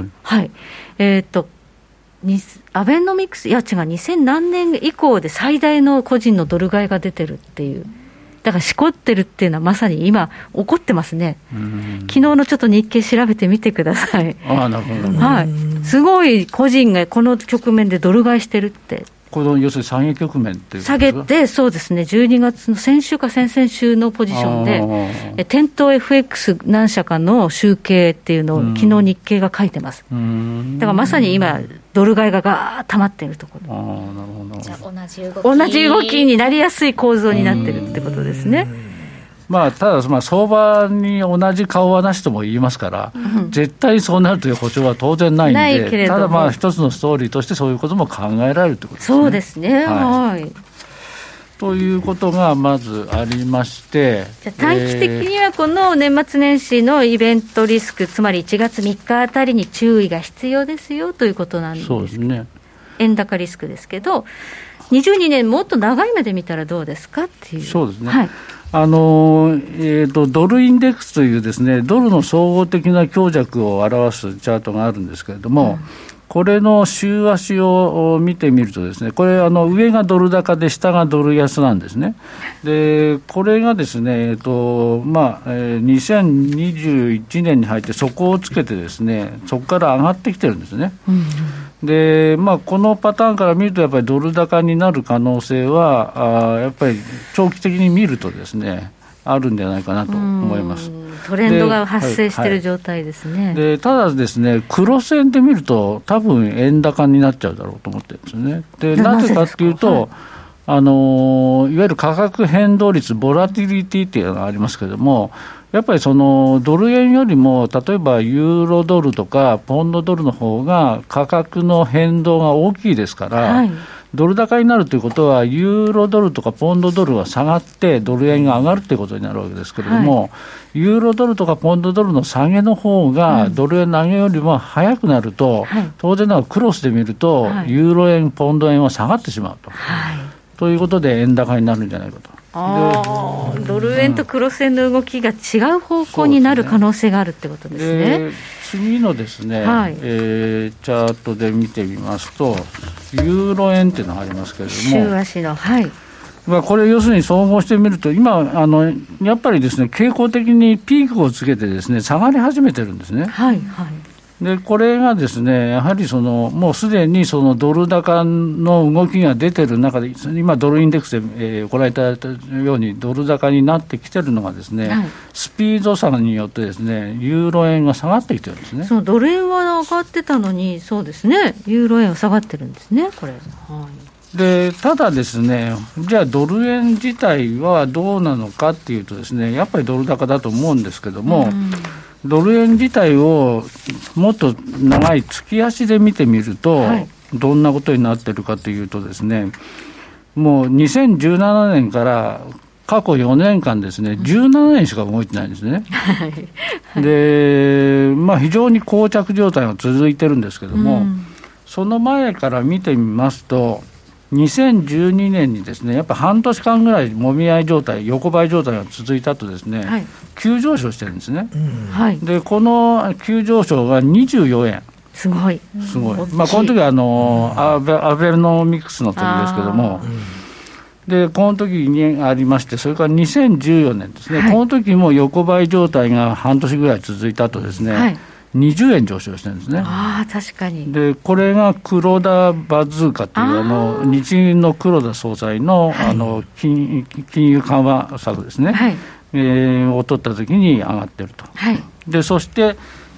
Speaker 2: アベノミクス、いや違う、2000何年以降で最大の個人のドル買いが出てるっていう。だからしこってるっていうのはまさに今起こってますね。昨日のちょっと日経調べてみてください。
Speaker 4: なるほど。
Speaker 2: すごい個人がこの局面でドル買いしてるって。
Speaker 4: この要するに下げ局面っていう
Speaker 2: 下げて、そうですね、12月の先週か先々週のポジションで、店頭 FX 何社かの集計っていうのを昨日日経が書いてます。だからまさに今ドル買いがガーッ溜まっているところ。
Speaker 4: なるほど。
Speaker 3: じゃあ同じ動き
Speaker 2: になりやすい構造になってるってことですね。
Speaker 4: ただ相場に同じ顔はなしとも言いますから、絶対にそうなるという保証は当然ないんで、ただ一つのストーリーとしてそういうことも考えられるということですね。
Speaker 2: そうですね。
Speaker 4: ということがまずありまして、
Speaker 2: じゃ短期的にはこの年末年始のイベントリスク、つまり1月3日あたりに注意が必要ですよということなんです。
Speaker 4: そうですね。
Speaker 2: 円高リスクですけど、22年もっと長い目で見たらどうですかっていう。
Speaker 4: そうですね。ドルインデックスというですね、ドルの総合的な強弱を表すチャートがあるんですけれども、これの週足を見てみるとですね、これ上がドル高で下がドル安なんですね。でこれがですね、2021年に入って底をつけてですね、そこから上がってきてるんですね。でこのパターンから見るとやっぱりドル高になる可能性はやっぱり長期的に見るとですね、あるんじゃないかなと思います。
Speaker 2: トレンドが発生している状態ですね。
Speaker 4: でただですね、黒線で見ると多分円高になっちゃうだろうと思ってるんですよね。でなぜかっていうと、いわゆる価格変動率ボラティリティっていうのがありますけれども、やっぱりそのドル円よりも例えばユーロドルとかポンドドルの方が価格の変動が大きいですから、 ドル高になるということは、ユーロドルとかポンドドルは下がって、ドル円が上がるということになるわけですけれども、ユーロドルとかポンドドルの下げの方が、ドル円の上げよりも早くなると、当然ながらクロスで見ると、ユーロ円、ポンド円は下がってしまうと。ということで、円高になるんじゃないかと。
Speaker 2: ドル円とクロス円の動きが違う方向になる可能性があるってことですね。
Speaker 4: 次のですね、チャートで見てみますと、ユーロ円っていうのがありますけれども、
Speaker 2: 週足の、
Speaker 4: これ要するに総合してみると、今やっぱりですね、傾向的にピークをつけてですね、下がり始めてるんですね。でこれがですね、やはりもうすでにドル高の動きが出てる中で、今ドルインデックスで、ご覧いただいたようにドル高になってきてるのがですね、スピード差によってですね、ユーロ円が下がってきてるんですね。
Speaker 2: そう、ドル円は上がってたのに、そうですね、ユーロ円は下がってるんですね、これ。
Speaker 4: でただですね、じゃあドル円自体はどうなのかっていうとですね、やっぱりドル高だと思うんですけども、ドル円自体をもっと長い月足で見てみると、どんなことになっているかというとですね、もう2017年から過去4年間ですね、17年しか動いてないんですね。で、非常に膠着状態が続いてるんですけども、その前から見てみますと、2012年にですね、やっぱ半年間ぐらいもみ合い状態、横ばい状態が続いたとですね、急上昇してるんですね。でこの急上昇が24円、すごい、この時はアベノミクスの時ですけども、でこの時にありまして、それから2014年ですね、この時も横ばい状態が半年ぐらい続いたとですね、20円上昇してるんですね。
Speaker 2: 確かに。
Speaker 4: でこれが黒田バズーカという日銀の黒田総裁の、金融緩和策ですね、を取った時に上がってると。でそして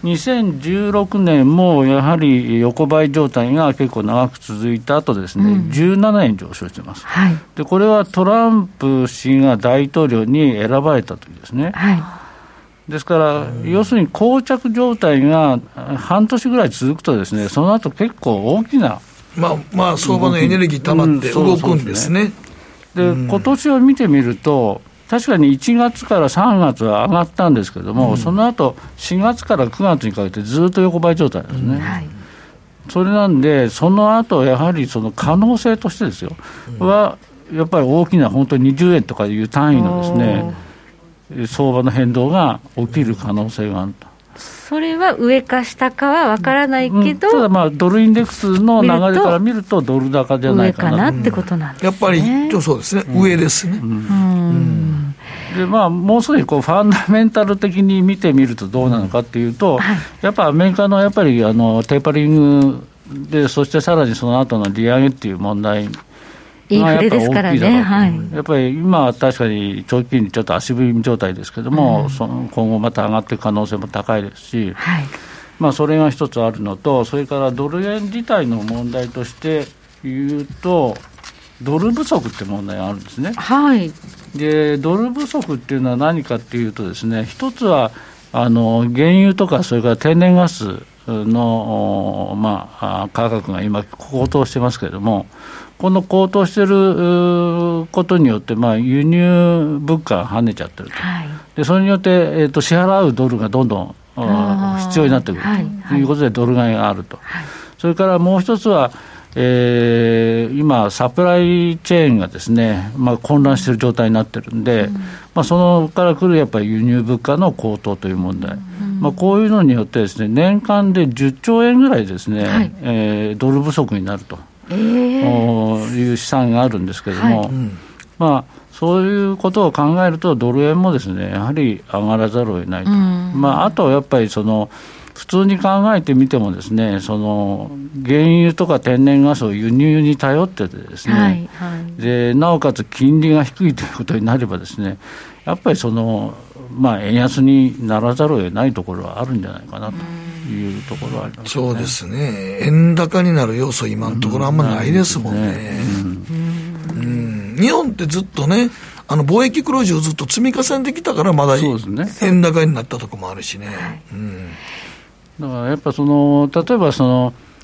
Speaker 4: 2016年もやはり横ばい状態が結構長く続いた後ですね、17円上昇しています。でこれはトランプ氏が大統領に選ばれた時ですね。ですから、要するに膠着状態が半年ぐらい続くとですね、その後結構大きな、
Speaker 1: 相場のエネルギー溜まって動くんですね。
Speaker 4: で今年を見てみると、確かに1月から3月は上がったんですけども、その後4月から9月にかけてずっと横ばい状態ですね。それなんで、その後やはりその可能性としてですよ、はやっぱり大きな本当に20円とかいう単位のですね、相場の変動が起きる可能性があると。
Speaker 2: それは上か下かは分からないけど、
Speaker 4: ただドルインデックスの流れから見るとドル高じゃないかな、
Speaker 2: 上かなってことなんですね。
Speaker 1: やっぱりそうですね、上ですね。
Speaker 4: でもう少しファンダメンタル的に見てみるとどうなのかっていうと、やっぱアメリカのやっぱりテーパリングで、そしてさらにその後の利上げっていう問題、
Speaker 2: インフレですからね。
Speaker 4: やっぱり今は確かに長期金利ちょっと足踏み状態ですけども、今後また上がっていく可能性も高いですし、それが一つあるのと、それからドル円自体の問題として言うと、ドル不足って問題があるんですね。でドル不足っていうのは何かっていうとですね、一つは原油とかそれから天然ガスの、価格が今高騰してますけれども、この高騰していることによって、輸入物価が跳ねちゃってると、でそれによって、支払うドルがどんどん必要になってくるということで、ドル買いがあると。それからもう一つは、今サプライチェーンがですね、混乱している状態になっているんで、そのから来るやっぱり輸入物価の高騰という問題、こういうのによってですね、年間で10兆円ぐらいですね、ドル不足になるという試算があるんですけれども、そういうことを考えるとドル円もですね、やはり上がらざるを得ないと。あとはやっぱり普通に考えてみてもですね、原油とか天然ガスを輸入に頼っててですね、でなおかつ金利が低いということになればですね、やっぱり円安にならざるを得ないところはあるんじゃないかなというところはありますね。
Speaker 1: そうですね、円高になる要素今のところあんまないですもんね。日本ってずっとね、貿易黒字をずっと積み重ねてきたから、まだ円高になったところもあるしね。
Speaker 4: だからやっぱ例えば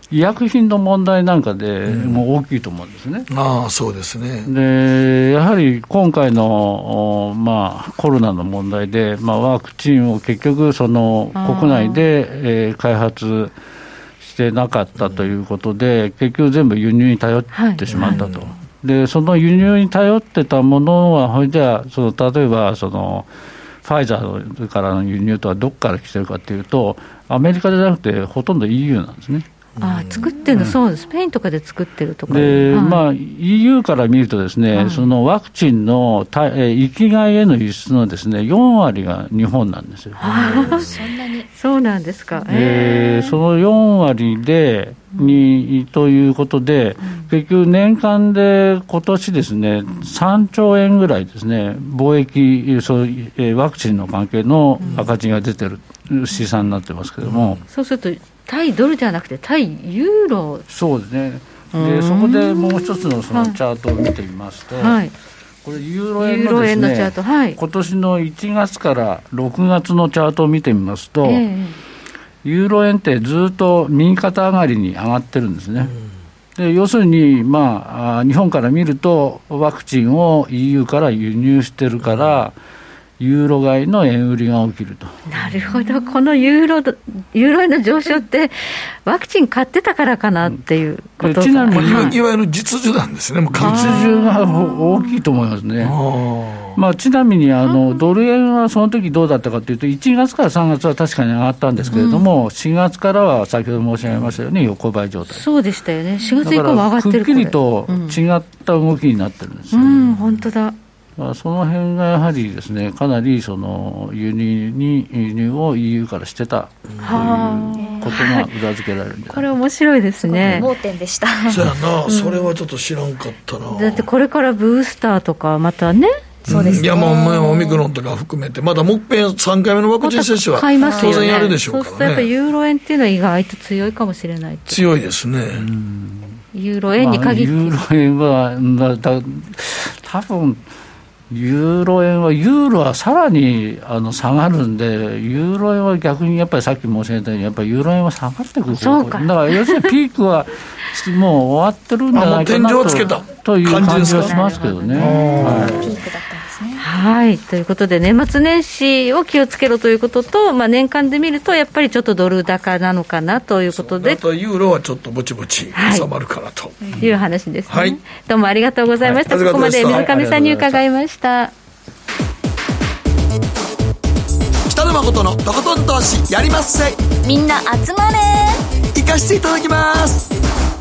Speaker 4: 医薬品の問題なんかでもう大きいと思うんですね。
Speaker 1: そうですね。
Speaker 4: でやはり今回の、コロナの問題で、ワクチンを結局その国内で、開発してなかったということで、結局全部輸入に頼ってしまったと、でその輸入に頼ってたものはじゃあ例えばそのファイザーからの輸入とはどこから来てるかというと、アメリカじゃなくてほとんど EU なんですね。
Speaker 2: 作ってるの、そうです。スペインとかで作ってるとか
Speaker 4: で、EU から見るとですね、そのワクチンの域外への輸出のですね4割が日本なんですよ。
Speaker 3: そんなに。
Speaker 2: そうなんですか。
Speaker 4: その4割でということで、結局年間で今年ですね3兆円ぐらいですね、貿易ワクチンの関係の赤字が出てる試算になってますけども、
Speaker 2: そうすると対ドルじゃなくて対ユーロ。
Speaker 4: そうですね。でそこでもう一つのそのチャートを見てみますと、これユーロ円のですね、チャート、今年の1月から6月のチャートを見てみますと、ユーロ円ってずっと右肩上がりに上がってるんですね。で要するに、日本から見るとワクチンを EU から輸入してるから、ユーロ買いの円売りが起きると。
Speaker 2: なるほど。このユーロ円の上昇ってワクチン買ってたからかなっていうことか。
Speaker 1: ちなみにいわゆる実需なんですね。もう
Speaker 4: 実需が大きいと思いますね。ちなみにドル円はその時どうだったかというと、1月から3月は確かに上がったんですけれども、4月からは先ほど申し上げましたように横ばい状態。
Speaker 2: そうでしたよね。4月以降も上がってる。
Speaker 4: くっきりと違った動きになってるんですよ。
Speaker 2: 本当だ。
Speaker 4: その辺がやはりですね、かなりその輸入を EU からしてたということが裏付けられるんじゃないか。
Speaker 2: これ面白いですね。
Speaker 3: 盲点でした。
Speaker 1: そうやな、それはちょっと知らんかったな。
Speaker 2: だってこれからブースターとかまたね。
Speaker 3: そうですね。
Speaker 1: いやもうオミクロンとか含めてまだもっぺん3回目のワクチン接種は当然やるでしょうからね。
Speaker 2: そうするとやっぱりユーロ円っていうのは意外と強いかもしれない。
Speaker 1: 強いですね。
Speaker 2: ユーロ円に限って、
Speaker 4: ユーロ円は多分ユーロ円は、ユーロはさらに下がるんで、ユーロ円は逆にやっぱりさっき申し上げたように、やっぱりユーロ円は下がってくる。
Speaker 2: そうか。
Speaker 4: だから要するにピークはもう終わってるんじゃないかなという感じはしますけどね。
Speaker 3: ピークだったんですね。
Speaker 2: ということで年末年始を気をつけろということと、年間で見るとやっぱりちょっとドル高なのかなということで、
Speaker 1: あとユーロはちょっとぼちぼち収まるかなと、
Speaker 2: いう話ですね。どうもありがとうございました。ここまで水上さんに伺いました。
Speaker 1: 北野誠のとことん投資やりまっせ。
Speaker 3: みんな集まれ。
Speaker 1: 行かしていただきます。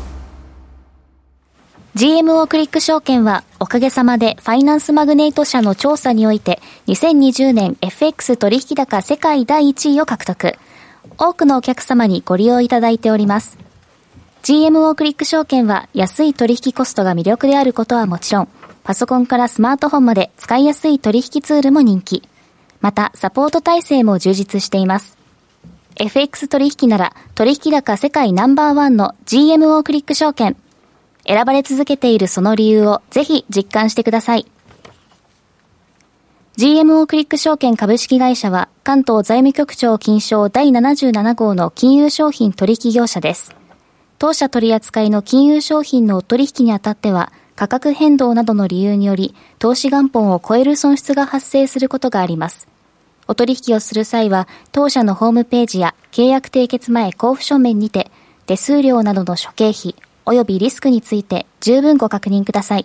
Speaker 3: GMO クリック証券はおかげさまでファイナンスマグネート社の調査において2020年 FX 取引高世界第1位を獲得。多くのお客様にご利用いただいております。GMO クリック証券は安い取引コストが魅力であることはもちろん、パソコンからスマートフォンまで使いやすい取引ツールも人気。またサポート体制も充実しています。FX 取引なら取引高世界ナンバーワンの GMO クリック証券。選ばれ続けているその理由をぜひ実感してください。GMO クリック証券株式会社は関東財務局長金賞第77号の金融商品取引業者です。当社取扱いの金融商品のお取引にあたっては価格変動などの理由により投資元本を超える損失が発生することがあります。お取引をする際は当社のホームページや契約締結前交付書面にて手数料などの諸経費およびリスクについて十分ご確認ください。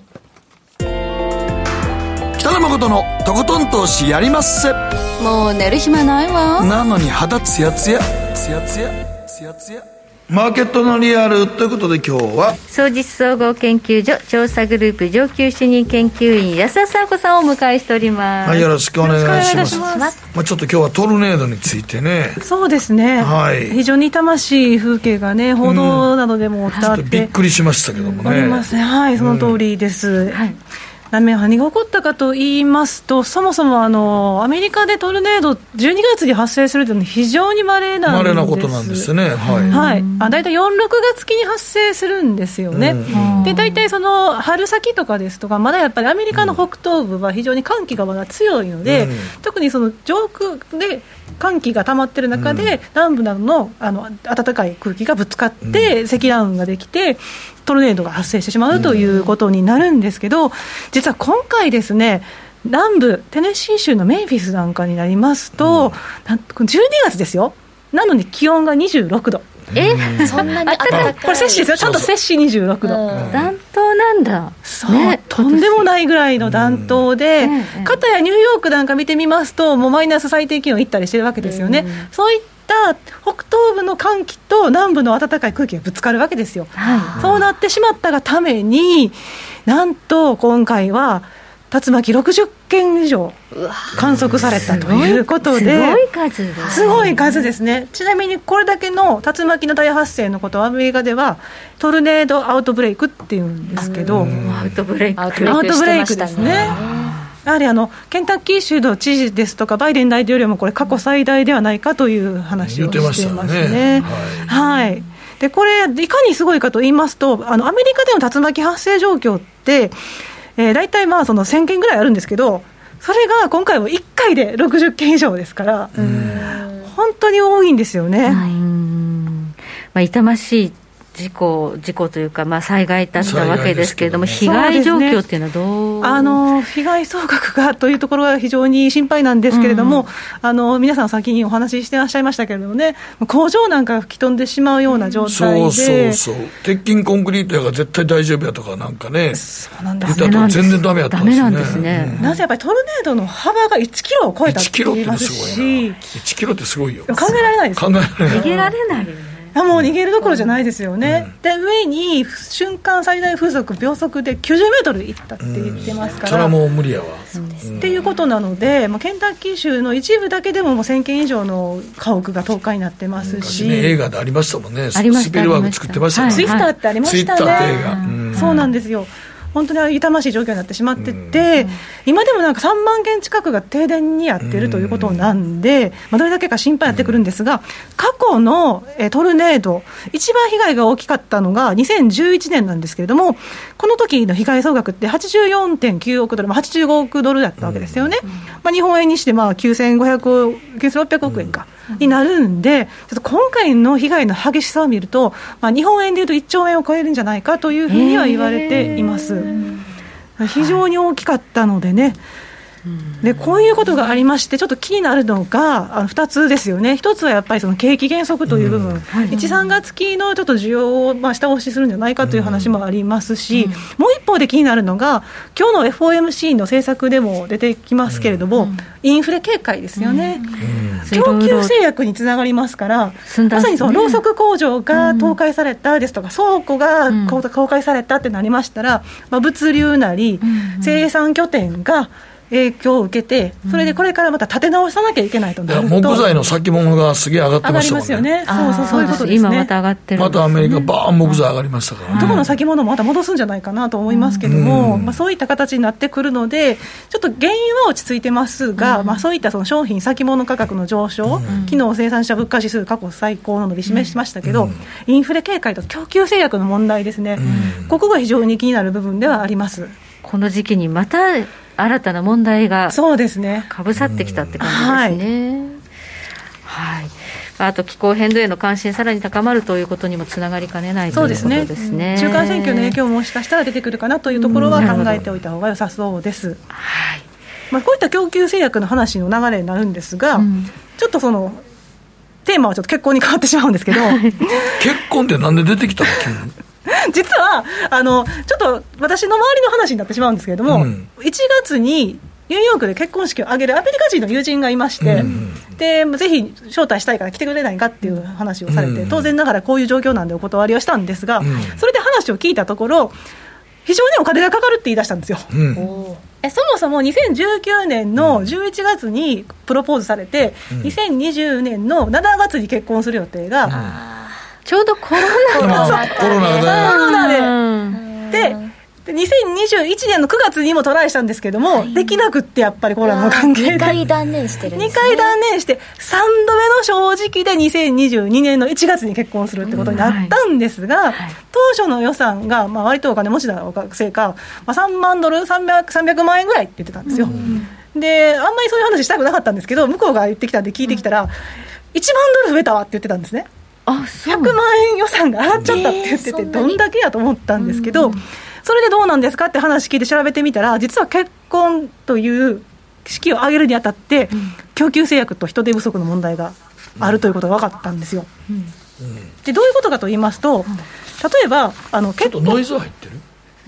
Speaker 1: 北野誠のとことん投資やりまっせ。
Speaker 2: もう寝る暇ないわ。
Speaker 1: なのに肌ツヤツヤツヤツヤツヤツヤ。マーケットのリアルということで、今日は
Speaker 2: 総実総合研究所調査グループ上級主任研究員安田佐和子さんをお迎えしております。
Speaker 1: よろしくお願いします。ちょっと今日はトルネードについてね。
Speaker 9: そうですね、非常に痛ましい風景がね報道などでも伝わって、
Speaker 1: ちょっとびっくりしましたけどもね。
Speaker 9: ありますね。その通りです。 何が起こったかと言いますと、そもそもアメリカでトルネード12月に発生するというのは非常に稀なんです。
Speaker 1: 稀なことなんですね。
Speaker 9: はい。だいたい4、6月期に発生するんですよね。で、だいたいその春先とかですとか、まだやっぱりアメリカの北東部は非常に寒気がまだ強いので、特にその上空で寒気が溜まっている中で、南部などの暖かい空気がぶつかって積乱雲ができてトルネードが発生してしまうということになるんですけど、実は今回ですね、南部テネシー州のメンフィスなんかになりますと、12月ですよ。なのに気温が26度。
Speaker 3: そんなに暖かい。
Speaker 9: これ摂氏ですよ。ちゃんと摂氏26度。
Speaker 2: 暖冬なんだ。
Speaker 9: そう、ね、とんでもないぐらいの暖冬で、かたやニューヨークなんか見てみますと、もうマイナス最低気温いったりしてるわけですよね。そういった北東部の寒気と南部の暖かい空気がぶつかるわけですよ。そうなってしまったがために、なんと今回は竜巻60件以上観測されたということで、
Speaker 2: すごい数ですね。
Speaker 9: すごい数ですね。ちなみにこれだけの竜巻の大発生のことをアメリカではトルネードアウトブレイクっていうんですけど、
Speaker 2: アウトブレイク
Speaker 9: ですね。やはりケンタッキー州の知事ですとかバイデン大統領もこれ過去最大ではないかという話をしていますね。はい。でこれいかにすごいかと言いますと、アメリカでの竜巻発生状況って大体まあその1000件ぐらいあるんですけど、それが今回は1回で60件以上ですから、本当に多いんですよね。
Speaker 2: 痛ましい事故というか、災害だったわけですけれども、被害状況っていうのはどう？
Speaker 9: 被害総額がというところが非常に心配なんですけれども、皆さん先にお話ししてらっしゃいましたけれどもね、工場なんか吹き飛んでしまうような状態で、
Speaker 1: そう鉄筋コンクリートやが絶対大丈夫やとかなんかね、
Speaker 9: そうなんです
Speaker 1: ね、全然ダメやったんですね。
Speaker 9: なぜやっぱりトルネードの幅が1キロを超えたって言いますし、
Speaker 1: 1キロってすごいよ。
Speaker 9: 考えられないですよね。
Speaker 2: 逃げられないよね。
Speaker 9: もう逃げるどころじゃないですよね。で上に瞬間最大風速秒速で90メートルいったって言ってますから、
Speaker 1: それはもう無理やわ。
Speaker 9: っていうことなので、ケンタッキー州の一部だけでも1000件以上の家屋が倒壊になってますし、
Speaker 1: 映画でありましたもんね。スピルバーグ作ってましたね。
Speaker 9: ツイスターってありましたね。
Speaker 1: ツイスターって映画、
Speaker 9: そうなんですよ。本当に痛ましい状況になってしまってて、今でもなんか3万件近くが停電にやってるということなんで、どれだけか心配になってくるんですが、過去のトルネード一番被害が大きかったのが2011年なんですけれども、この時の被害総額って 84.9 億ドル、85億ドルだったわけですよね。日本円にして9600億円かになるんで、ちょっと今回の被害の激しさを見ると、日本円でいうと1兆円を超えるんじゃないかというふうには言われています。非常に大きかったのでね。でこういうことがありまして、ちょっと気になるのが2つですよね。1つはやっぱりその景気減速という部分、1、3月期のちょっと需要を下押しするんじゃないかという話もありますし、もう一方で気になるのが今日の FOMC の政策でも出てきますけれども、インフレ警戒ですよね。供給制約につながりますから、まさにそのろうそく工場が倒壊されたですとか、倉庫が倒壊されたってなりましたら、物流なり生産拠点が影響を受けて、それでこれからまた立て直さなきゃいけないとなると、
Speaker 1: 木材の先物がすげえ上がってましたもんね。
Speaker 9: 上がりますよね。そういうことですね。
Speaker 2: 今また上がってる。
Speaker 1: またアメリカバーン木材上がりましたからね。
Speaker 9: どこの先物もまた戻すんじゃないかなと思いますけども、そういった形になってくるので、ちょっと原油は落ち着いてますが、そういったその商品先物価格の上昇、昨日生産者物価指数過去最高の伸び示しましたけど、インフレ警戒と供給制約の問題ですね。ここが非常に気になる部分ではあります。
Speaker 2: この時期にまた新たな問題がかぶさってきたって感じですね。はい。あと気候変動への関心さらに高まるということにもつながりかねないということですね。
Speaker 9: 中間選挙の影響ももしかしたら出てくるかなというところは考えておいた方が良さそうです。はい。こういった供給制約の話の流れになるんですが、ちょっとそのテーマはちょっと結婚に変わってしまうんですけど
Speaker 1: 結婚ってなんで出てきたの急に
Speaker 9: 実はちょっと私の周りの話になってしまうんですけれども、1月にニューヨークで結婚式を挙げるアメリカ人の友人がいまして、でぜひ招待したいから来てくれないかっていう話をされて、当然ながらこういう状況なんでお断りをしたんですが、それで話を聞いたところ、非常にお金がかかるって言い出したんですよ。そもそも2019年の11月にプロポーズされて、2020年の7月に結婚する予定が、
Speaker 2: ちょうどコロナで
Speaker 9: でで2021年の9月にもトライしたんですけども、できなくってやっぱりコロナの関係で
Speaker 3: 2回断念してるんですね。
Speaker 9: 2回断念して3度目の正直で2022年の1月に結婚するってことになったんですが、当初の予算が割とお金持ちなせいか、3万ドル 300万円ぐらいって言ってたんですよ。であんまりそういう話したくなかったんですけど、向こうが言ってきたんで聞いてきたら、1万ドル増えたわって言ってたんですね。100万円予算が上がっちゃったって言ってて、どんだけやと思ったんですけど、それでどうなんですかって話聞いて調べてみたら、実は結婚という式を挙げるにあたって、供給制約と人手不足の問題があるということが分かったんですよ。でどういうことかと言いますと、例えば
Speaker 1: ちょっとノイズ入ってる、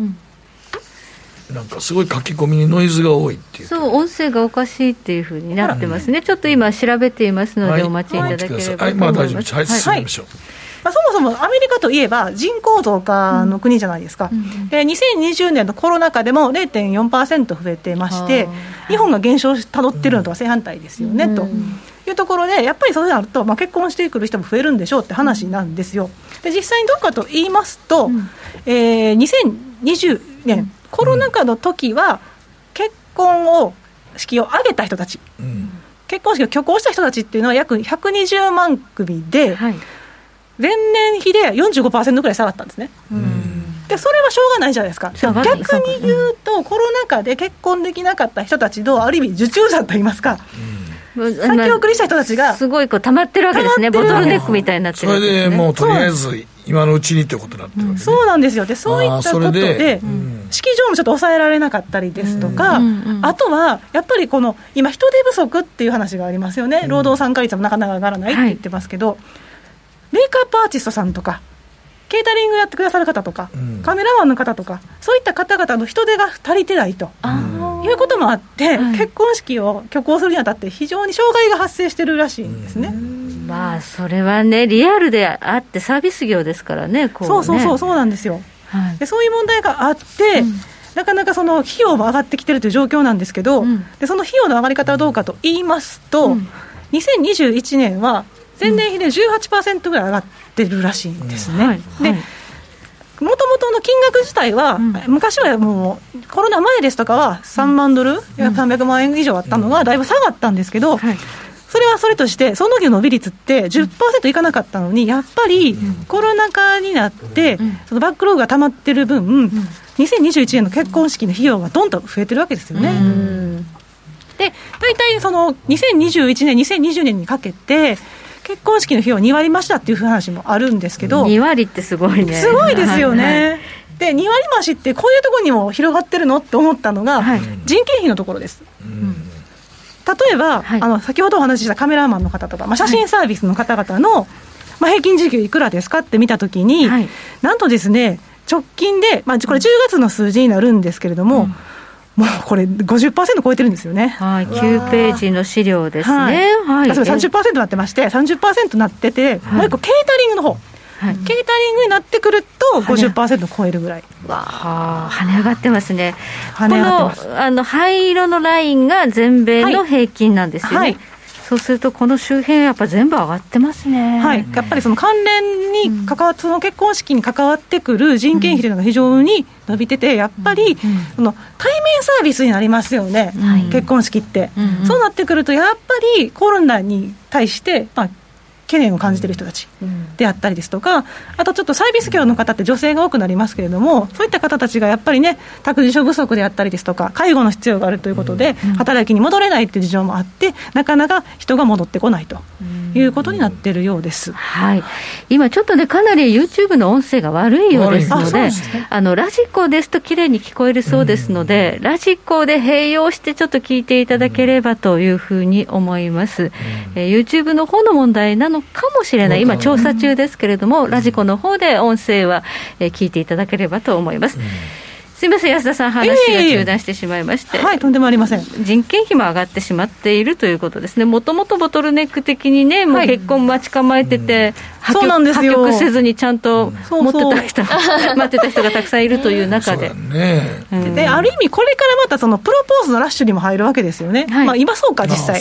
Speaker 1: なんかすごい書き込みにノイズが多いっていう。
Speaker 2: そう、音声がおかしいっていうふうになってますね。ちょっと今調べていますので、お待ちいただければと思います。
Speaker 1: はい、まあ大丈夫です。はい、進めましょう。
Speaker 9: そもそもアメリカといえば人口増加の国じゃないですか。で2020年のコロナ禍でも 0.4% 増えてまして、日本が減少たどってるのとは正反対ですよね、というところで、やっぱりそうなると、結婚してくる人も増えるんでしょうって話なんですよ。で実際にどうかと言いますと、2020年コロナ禍の時は結婚式を挙げた人たち、結婚式を挙行した人たちっていうのは約120万組で、前年比で 45% くらい下がったんですね。でそれはしょうがないじゃないですか。逆に言うと、コロナ禍で結婚できなかった人たちのある意味受注者といいますか、先送りした人たちが
Speaker 2: すごい溜まってるわけですね。ボトルネックみたいになってるわけですね。
Speaker 1: それでもうとりあえず今のうちにってことになってるわけね。
Speaker 9: そうなんですよ。でそういったことで式場もちょっと抑えられなかったりですとか、あとはやっぱり今人手不足っていう話がありますよね。労働参加率もなかなか上がらないって言ってますけど、メイクアップアーティストさんとかケータリングやってくださる方とか、カメラマンの方とか、そういった方々の人手が足りてないということもあって、結婚式を挙行するにあたって非常に障害が発生してるらしいんですね。
Speaker 2: それはね、リアルであってサービス業ですからね。
Speaker 9: そうなんですよ。でそういう問題があって、なかなかその費用も上がってきてるという状況なんですけど、でその費用の上がり方はどうかと言いますと、2021年は前年比で 18% ぐらい上がってるらしいんですね。でもともとの金額自体は、昔はもうコロナ前ですとかは3万ドル、300万円以上あったのがだいぶ下がったんですけど、それはそれとしてその時の伸び率って 10% いかなかったのに、やっぱりコロナ禍になってそのバックログが溜まってる分、2021年の結婚式の費用がどんどん増えてるわけですよね。で大体その2021年2020年にかけて結婚式の費用2割増したっていう話もあるんですけど、
Speaker 2: 2割ってすごいね。
Speaker 9: すごいですよね。で2割増しってこういうところにも広がってるのって思ったのが、人件費のところです。例えば、先ほどお話ししたカメラマンの方とか、写真サービスの方々の、平均時給いくらですかって見たときに、なんとですね、直近で、これ10月の数字になるんですけれども、もうこれ 50% 超えてるんですよね。
Speaker 2: 9ページの資料ですね。
Speaker 9: 30% になってまして、30% になってて、もう一個ケータリングの方、ケータリングになってくると 50% 超えるぐらい。
Speaker 2: 跳ね上がってますね。この灰色のラインが全米の平均なんですよね。そうするとこの周辺やっぱ全部上がってますね。
Speaker 9: やっぱりその関連に関わって、その結婚式に関わってくる人件費というのが非常に伸びてて、やっぱりその対面サービスになりますよね、結婚式って。そうなってくるとやっぱりコロナに対して懸念を感じている人たちであったりですとか、あとちょっとサービス業の方って女性が多くなりますけれども、そういった方たちがやっぱりね、託児所不足であったりですとか、介護の必要があるということで、働きに戻れないという事情もあって、なかなか人が戻ってこないということになっているようです。
Speaker 2: 今ちょっとね、かなり YouTube の音声が悪いようですので、ラジコですときれいに聞こえるそうですので、ラジコで併用してちょっと聞いていただければというふうに思います。YouTube の方の問題なのかもしれない。今調査中ですけれども、ラジコの方で音声は聞いていただければと思います。すみません、安田さん、話が中断してしまいまして、
Speaker 9: とんでもありません。
Speaker 2: 人件費も上がってしまっているということですね。もともとボトルネック的にね、もう結婚待ち構えてて、破局せずにちゃんと持ってた人待ってた人がたくさんいるという中で、
Speaker 9: である意味これからまたそのプロポーズのラッシュにも入るわけですよね。今そうか、実際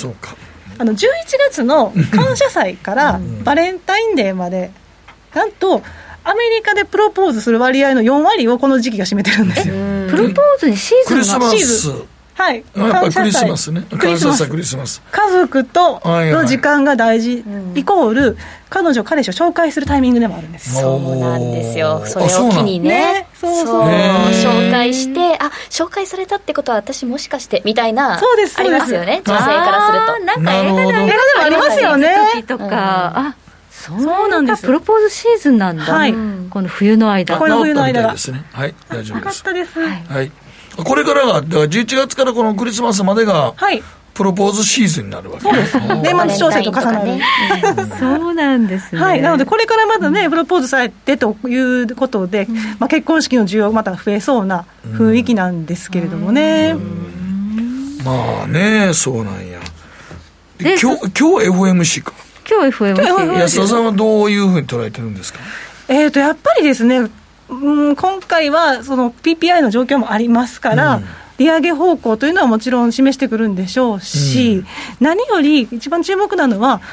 Speaker 9: 11月の感謝祭からバレンタインデーまでなんとアメリカでプロポーズする割合の4割をこの時期が占めてるんですよ。
Speaker 2: プロポーズにシーズンが
Speaker 1: クリスマス、
Speaker 9: はい、
Speaker 1: やっぱりクリスマスね。クリスマス。
Speaker 9: 家族との時間が大事、イコール彼女彼氏を紹介するタイミングでもあるんですよ。
Speaker 3: そうなんですよ。それを機にね。そう紹介して、紹介されたってことは私もしかしてみたいな。
Speaker 9: そうです、
Speaker 3: ありますよね、女性からすると。
Speaker 2: なんか映画でも
Speaker 9: ありますよね。
Speaker 2: とか、そうなんです。プロポーズシーズンなんだ。
Speaker 9: はい、
Speaker 2: この冬の間。
Speaker 9: この冬の間が。
Speaker 1: ですね。はい、大丈夫です。
Speaker 9: よかったです。
Speaker 1: はい。これからが、だから11月からこのクリスマスまでが、プロポーズシーズンになるわけです。
Speaker 9: そうです。年末調整と重なる。
Speaker 2: そうなんですね。
Speaker 9: はい。なので、これからまだね、プロポーズされてということで、結婚式の需要また増えそうな雰囲気なんですけれどもね。
Speaker 1: まあね、そうなんや。今日 FOMC か。
Speaker 2: 今日 FOMC。
Speaker 1: 安田さんはどういうふうに捉えてるんですか。
Speaker 9: やっぱりですね、今回はその PPI の状況もありますから、利上げ方向というのはもちろん示してくるんでしょうし、何より一番注目なのは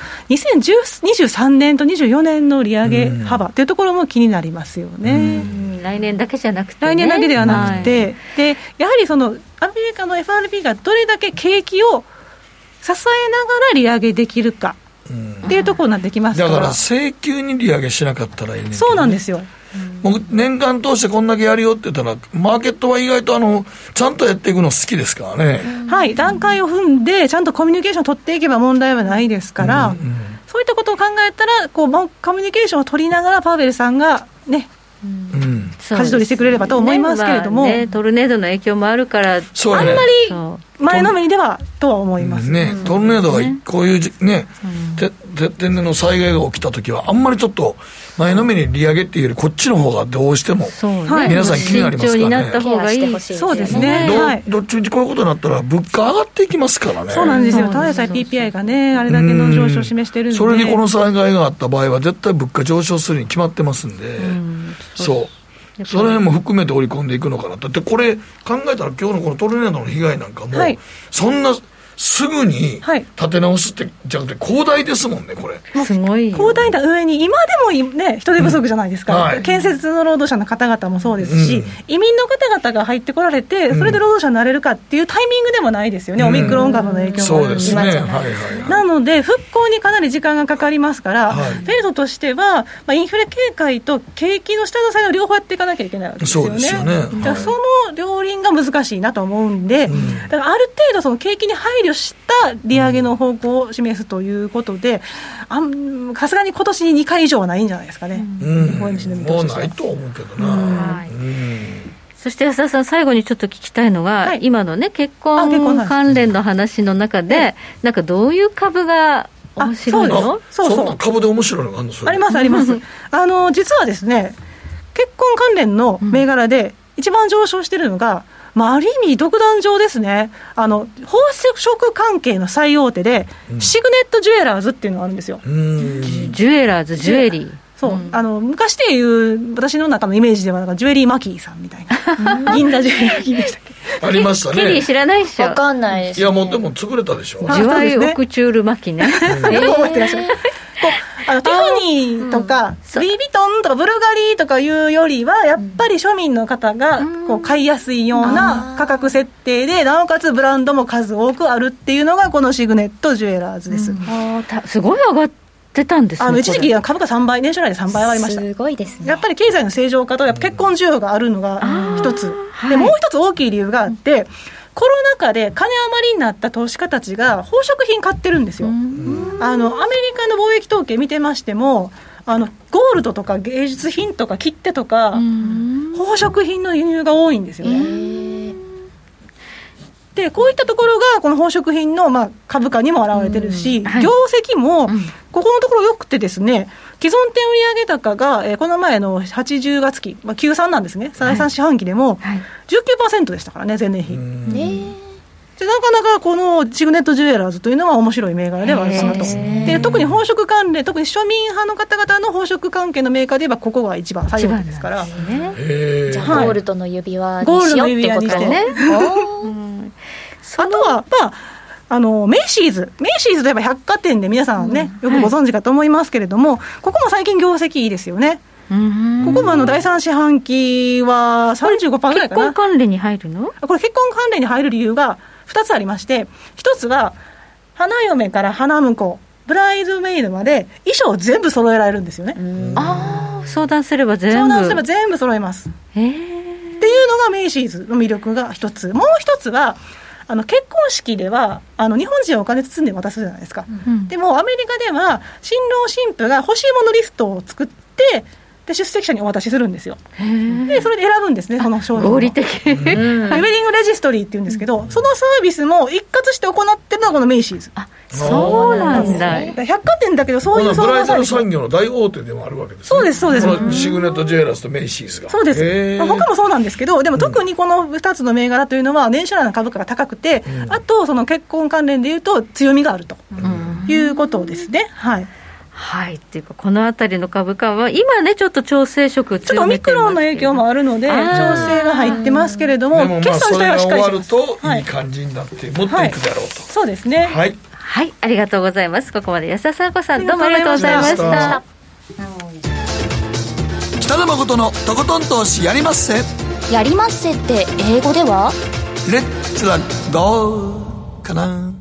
Speaker 9: 2023年と24年の利上げ幅というところも気になりますよね。
Speaker 2: 来年だけじゃなくて、
Speaker 9: 来年だけではなくて、でやはりそのアメリカの FRB がどれだけ景気を支えながら利上げできるかっていうところになってきますから、
Speaker 1: だから請求に利上げしなかったらいいねんけどね。
Speaker 9: そうなんですよ。
Speaker 1: もう年間通してこんだけやるよって言ったらマーケットは意外とちゃんとやっていくの好きですからね。
Speaker 9: はい、段階を踏んでちゃんとコミュニケーションを取っていけば問題はないですから、そういったことを考えたらコミュニケーションを取りながらパウエルさんがね、舵取りしてくれればと思いますけれども、
Speaker 2: トルネードの影響もあるから、
Speaker 9: あんまり前のめりではとは思います
Speaker 1: ね。トルネードがこういうね、天然の災害が起きたときはあんまりちょっと前のめりに利上げっていうよりこっちの方がどうしても皆さん気になりますからね。慎重になった方がいい。
Speaker 9: そうですね。
Speaker 1: どっちみちこういうことになったら物価上がっていきますからね。
Speaker 9: そうなんですよ。ただでさえ PPI がねあれだけの上昇を示してるんで、
Speaker 1: それにこの災害があった場合は絶対物価上昇するに決まってますんで、そうそれも含めて織り込んでいくのかな。だってこれ考えたら今日のこのトルネードの被害なんかも、そんなすぐに立て直すってじゃなくて広大ですもんね。これ
Speaker 2: すごい
Speaker 9: 広大な上に今でもね人手不足じゃないですか、建設の労働者の方々もそうですし、移民の方々が入ってこられてそれで労働者になれるかっていうタイミングでもないですよね、オミクロン株の影響もあるし、なので復興にかなり時間がかかりますから、フェルトとしては、インフレ警戒と景気の下支えの両方やっていかなきゃいけないわけですよね。その両輪が難しいなと思うんで、だからある程度その景気に配慮した利上げの方向を示すということで、さすがに今年に2回以上はないんじゃないですかね。
Speaker 1: もうないと思うけどな。
Speaker 2: そして安田さん、最後にちょっと聞きたいのが、今のね結婚関連の話の中で、なんかどういう株が面白いの？
Speaker 1: そんな株で面白いのがあるの？
Speaker 9: ありますあります。実はですね、結婚関連の銘柄で一番上昇しているのが、ある意味独壇場ですね。宝飾関係の最大手で、シグネットジュエラーズっていうのがあるんですよ。
Speaker 2: ジュエラーズ、ジュエリー。
Speaker 9: そう、昔でいう私の中のイメージではなんかジュエリーマキーさんみたいな銀座ジュエリーマキーでしたっ
Speaker 1: けありましたね。
Speaker 2: ケリー知らないっしょ。
Speaker 3: 分かんないです、
Speaker 1: いやもうでも潰れたでしょ。
Speaker 2: ジュワイオクチュールマキね。
Speaker 9: よく覚えてらっしゃる。ティファニーとかルイ・ヴィトンとかブルガリーとかいうよりはやっぱり庶民の方がこう買いやすいような価格設定で、なおかつブランドも数多くあるっていうのがこのシグネットジュエラーズです。
Speaker 2: すごい上がってたんですね。
Speaker 9: 一時期株価3倍、年初来で3倍上がりました。
Speaker 3: すごいですね。
Speaker 9: やっぱり経済の正常化とやっぱ結婚需要があるのが一つで、もう一つ大きい理由があって、コロナ禍で金余りになった投資家たちが宝飾品買ってるんですよ。アメリカの貿易統計見てましても、ゴールドとか芸術品とか切手とか宝飾品の輸入が多いんですよね。でこういったところがこの宝飾品の株価にも表れてるし、業績もここのところ良くてですね、既存店売上高が、この前の80月期、Q3 なんですね、第3四半期でも 19% でしたからね、前年比。でなかなかこのシグネットジュエラーズというのは面白い銘柄ではあるかなと。で特に宝飾関連、特に庶民派の方々の宝飾関係のメーカーで言えばここが一番最大ですから、
Speaker 3: じゃあゴールドの指輪にしようってことね。
Speaker 9: あとはメイシーズといえば百貨店で皆さんね、よくご存知かと思いますけれども、ここも最近業績いいですよね。 ここも第3四半期は 35% ぐらいかな。
Speaker 2: 結婚関連に入るの？
Speaker 9: これ結婚関連に入る理由が2つありまして、1つは花嫁から花婿、ブライドメイドまで衣装を全部揃えられるんですよね。
Speaker 2: 相談すれば全
Speaker 9: 部揃えます。っていうのがメイシーズの魅力が1つ。もう1つは結婚式では日本人はお金包んで渡すじゃないですか、でもアメリカでは新郎新婦が欲しいものリストを作ってで出席者にお渡しするんですよ。でそれで選ぶんですね、その商品を。
Speaker 2: 合理的
Speaker 9: ウェディングレジストリーっていうんですけど、そのサービスも一括して行ってるのがこのメイシーズ。
Speaker 2: そうなんだ。
Speaker 9: 百貨店だけどそういう
Speaker 1: ブライダル産業の大大手でもあるわけですね。
Speaker 9: そうですそうです。
Speaker 1: このシグネットジュエラーズとメイシーズが。
Speaker 9: そうです。他もそうなんですけど、でも特にこの2つの銘柄というのは年初来の株価が高くて、あとその結婚関連でいうと強みがあるということですね。はい。
Speaker 2: はい、っていうかこのあたりの株価は今ねちょっと調整色
Speaker 9: ちょっとオミクロンの影響もあるので調整が入ってますけれども、決算自体はしっかりします。
Speaker 1: それが終わるといい感じになって持っていくだろうと、
Speaker 9: そうですね。
Speaker 2: はい、ありがとうございます。ここまで安田沙子さんどうもありがとうございました。
Speaker 1: 北野誠のとことん投資やりまっせ。
Speaker 3: やりまっせって英語では
Speaker 1: レッツラゴーかな。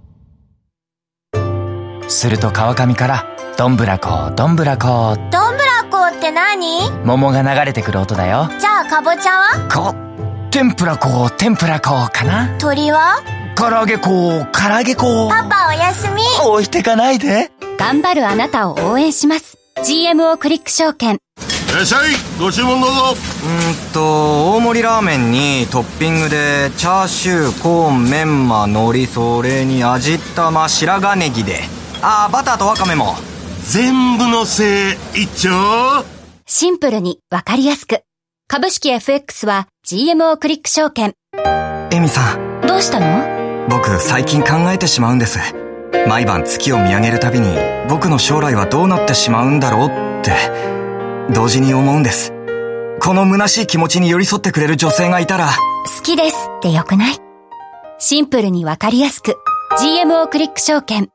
Speaker 10: すると川上からどんぶらこどんぶらこ。
Speaker 6: どんぶらこって何？
Speaker 10: 桃が流れてくる音だよ。
Speaker 6: じゃあかぼちゃは？
Speaker 10: 天ぷらこ天ぷらこかな。
Speaker 6: 鳥は？
Speaker 10: 唐揚げこ唐揚げこ。
Speaker 6: パパおやすみ。
Speaker 10: 置いてかないで。
Speaker 6: 頑張るあなたを応援します。 GMO クリック証券。
Speaker 7: いらっしゃい、ご注文どうぞ。
Speaker 8: 大盛りラーメンにトッピングでチャーシュー、コーン、メンマ、海苔、それに味玉、白髪ネギで、バターとワカメも
Speaker 7: 全部のせい一丁。
Speaker 6: シンプルにわかりやすく。株式 FX は GMO クリック証券。
Speaker 8: エミさん、
Speaker 6: どうしたの？
Speaker 8: 僕最近考えてしまうんです。毎晩月を見上げるたびに僕の将来はどうなってしまうんだろうって同時に思うんです。この虚しい気持ちに寄り添ってくれる女性がいたら。
Speaker 6: 好きですってよくない？シンプルにわかりやすく GMO クリック証券。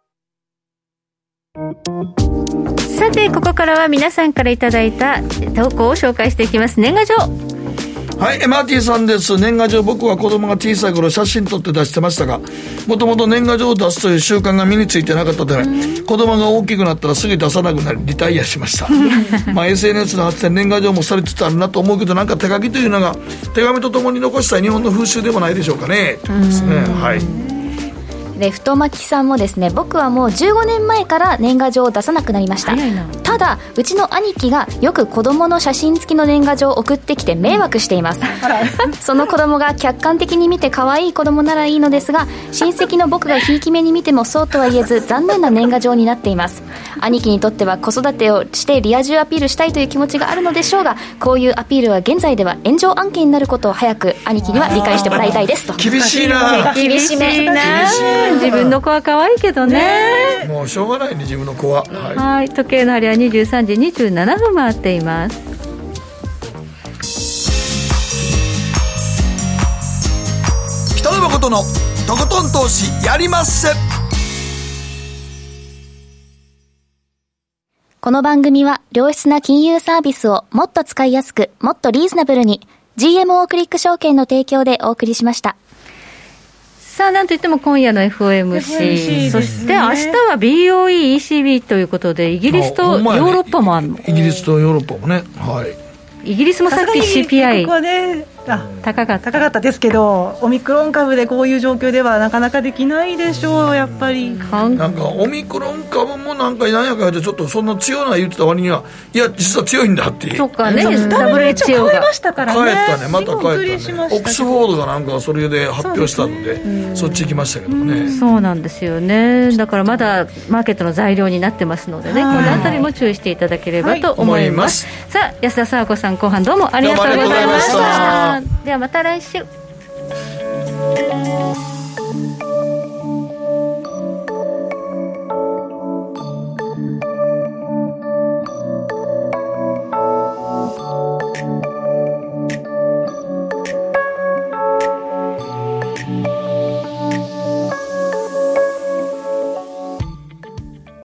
Speaker 2: さてここからは皆さんからいただいた投稿を紹介していきます。年賀状。
Speaker 1: はい、マーティさんです。年賀状、僕は子供が小さい頃写真撮って出してましたが、もともと年賀状を出すという習慣が身についてなかったため、子供が大きくなったらすぐ出さなくなりリタイアしましたSNS の発展、年賀状もされつつあるなと思うけど、なんか手書きというのが手紙とともに残したい日本の風習でもないでしょうかね。ですね。はい。
Speaker 3: で太巻さんもですね、僕はもう15年前から年賀状を出さなくなりました。ただうちの兄貴がよく子供の写真付きの年賀状を送ってきて迷惑していますその子供が客観的に見て可愛い子供ならいいのですが、親戚の僕がひいき目に見てもそうとは言えず残念な年賀状になっています。兄貴にとっては子育てをしてリア充アピールしたいという気持ちがあるのでしょうが、こういうアピールは現在では炎上案件になることを早く兄貴には理解してもらいたいですと。
Speaker 1: 厳しいな。
Speaker 3: 厳しめな。
Speaker 2: 自分の子は可愛いけどね。
Speaker 1: もうしょうがないね、自分の子は。
Speaker 2: はい、時計の針は23時27分回っています。
Speaker 1: 北野誠のとことん投資やりまっせ。
Speaker 3: この番組は良質な金融サービスをもっと使いやすく、もっとリーズナブルに GMO クリック証券の提供でお送りしました。
Speaker 2: さあ、なんといっても今夜の FOMC、そして明日は BOE、ECB ということで、イギリスとヨーロッパもあるの。
Speaker 1: イギリスとヨーロッパもね。はい。
Speaker 2: イギリスもさっき CPI
Speaker 9: 高かったですけど、オミクロン株でこういう状況ではなかなかできないでしょう。やっぱり
Speaker 1: なんかオミクロン株もなんか何やかんやちょっとそんな強な言ってた割には、いや実は強いんだっていう。
Speaker 2: とかね、
Speaker 9: WHO が変えましたからね。
Speaker 1: 変えたね、また変えたね。オックスフォードがなんかそれで発表したので、そっち行きましたけどもね。
Speaker 2: そうなんですよね。だからまだマーケットの材料になってますのでね、このあたりも注意していただければと思います。さあ、安田沙子さん、後半どうもありがとうございました。ではまた来週。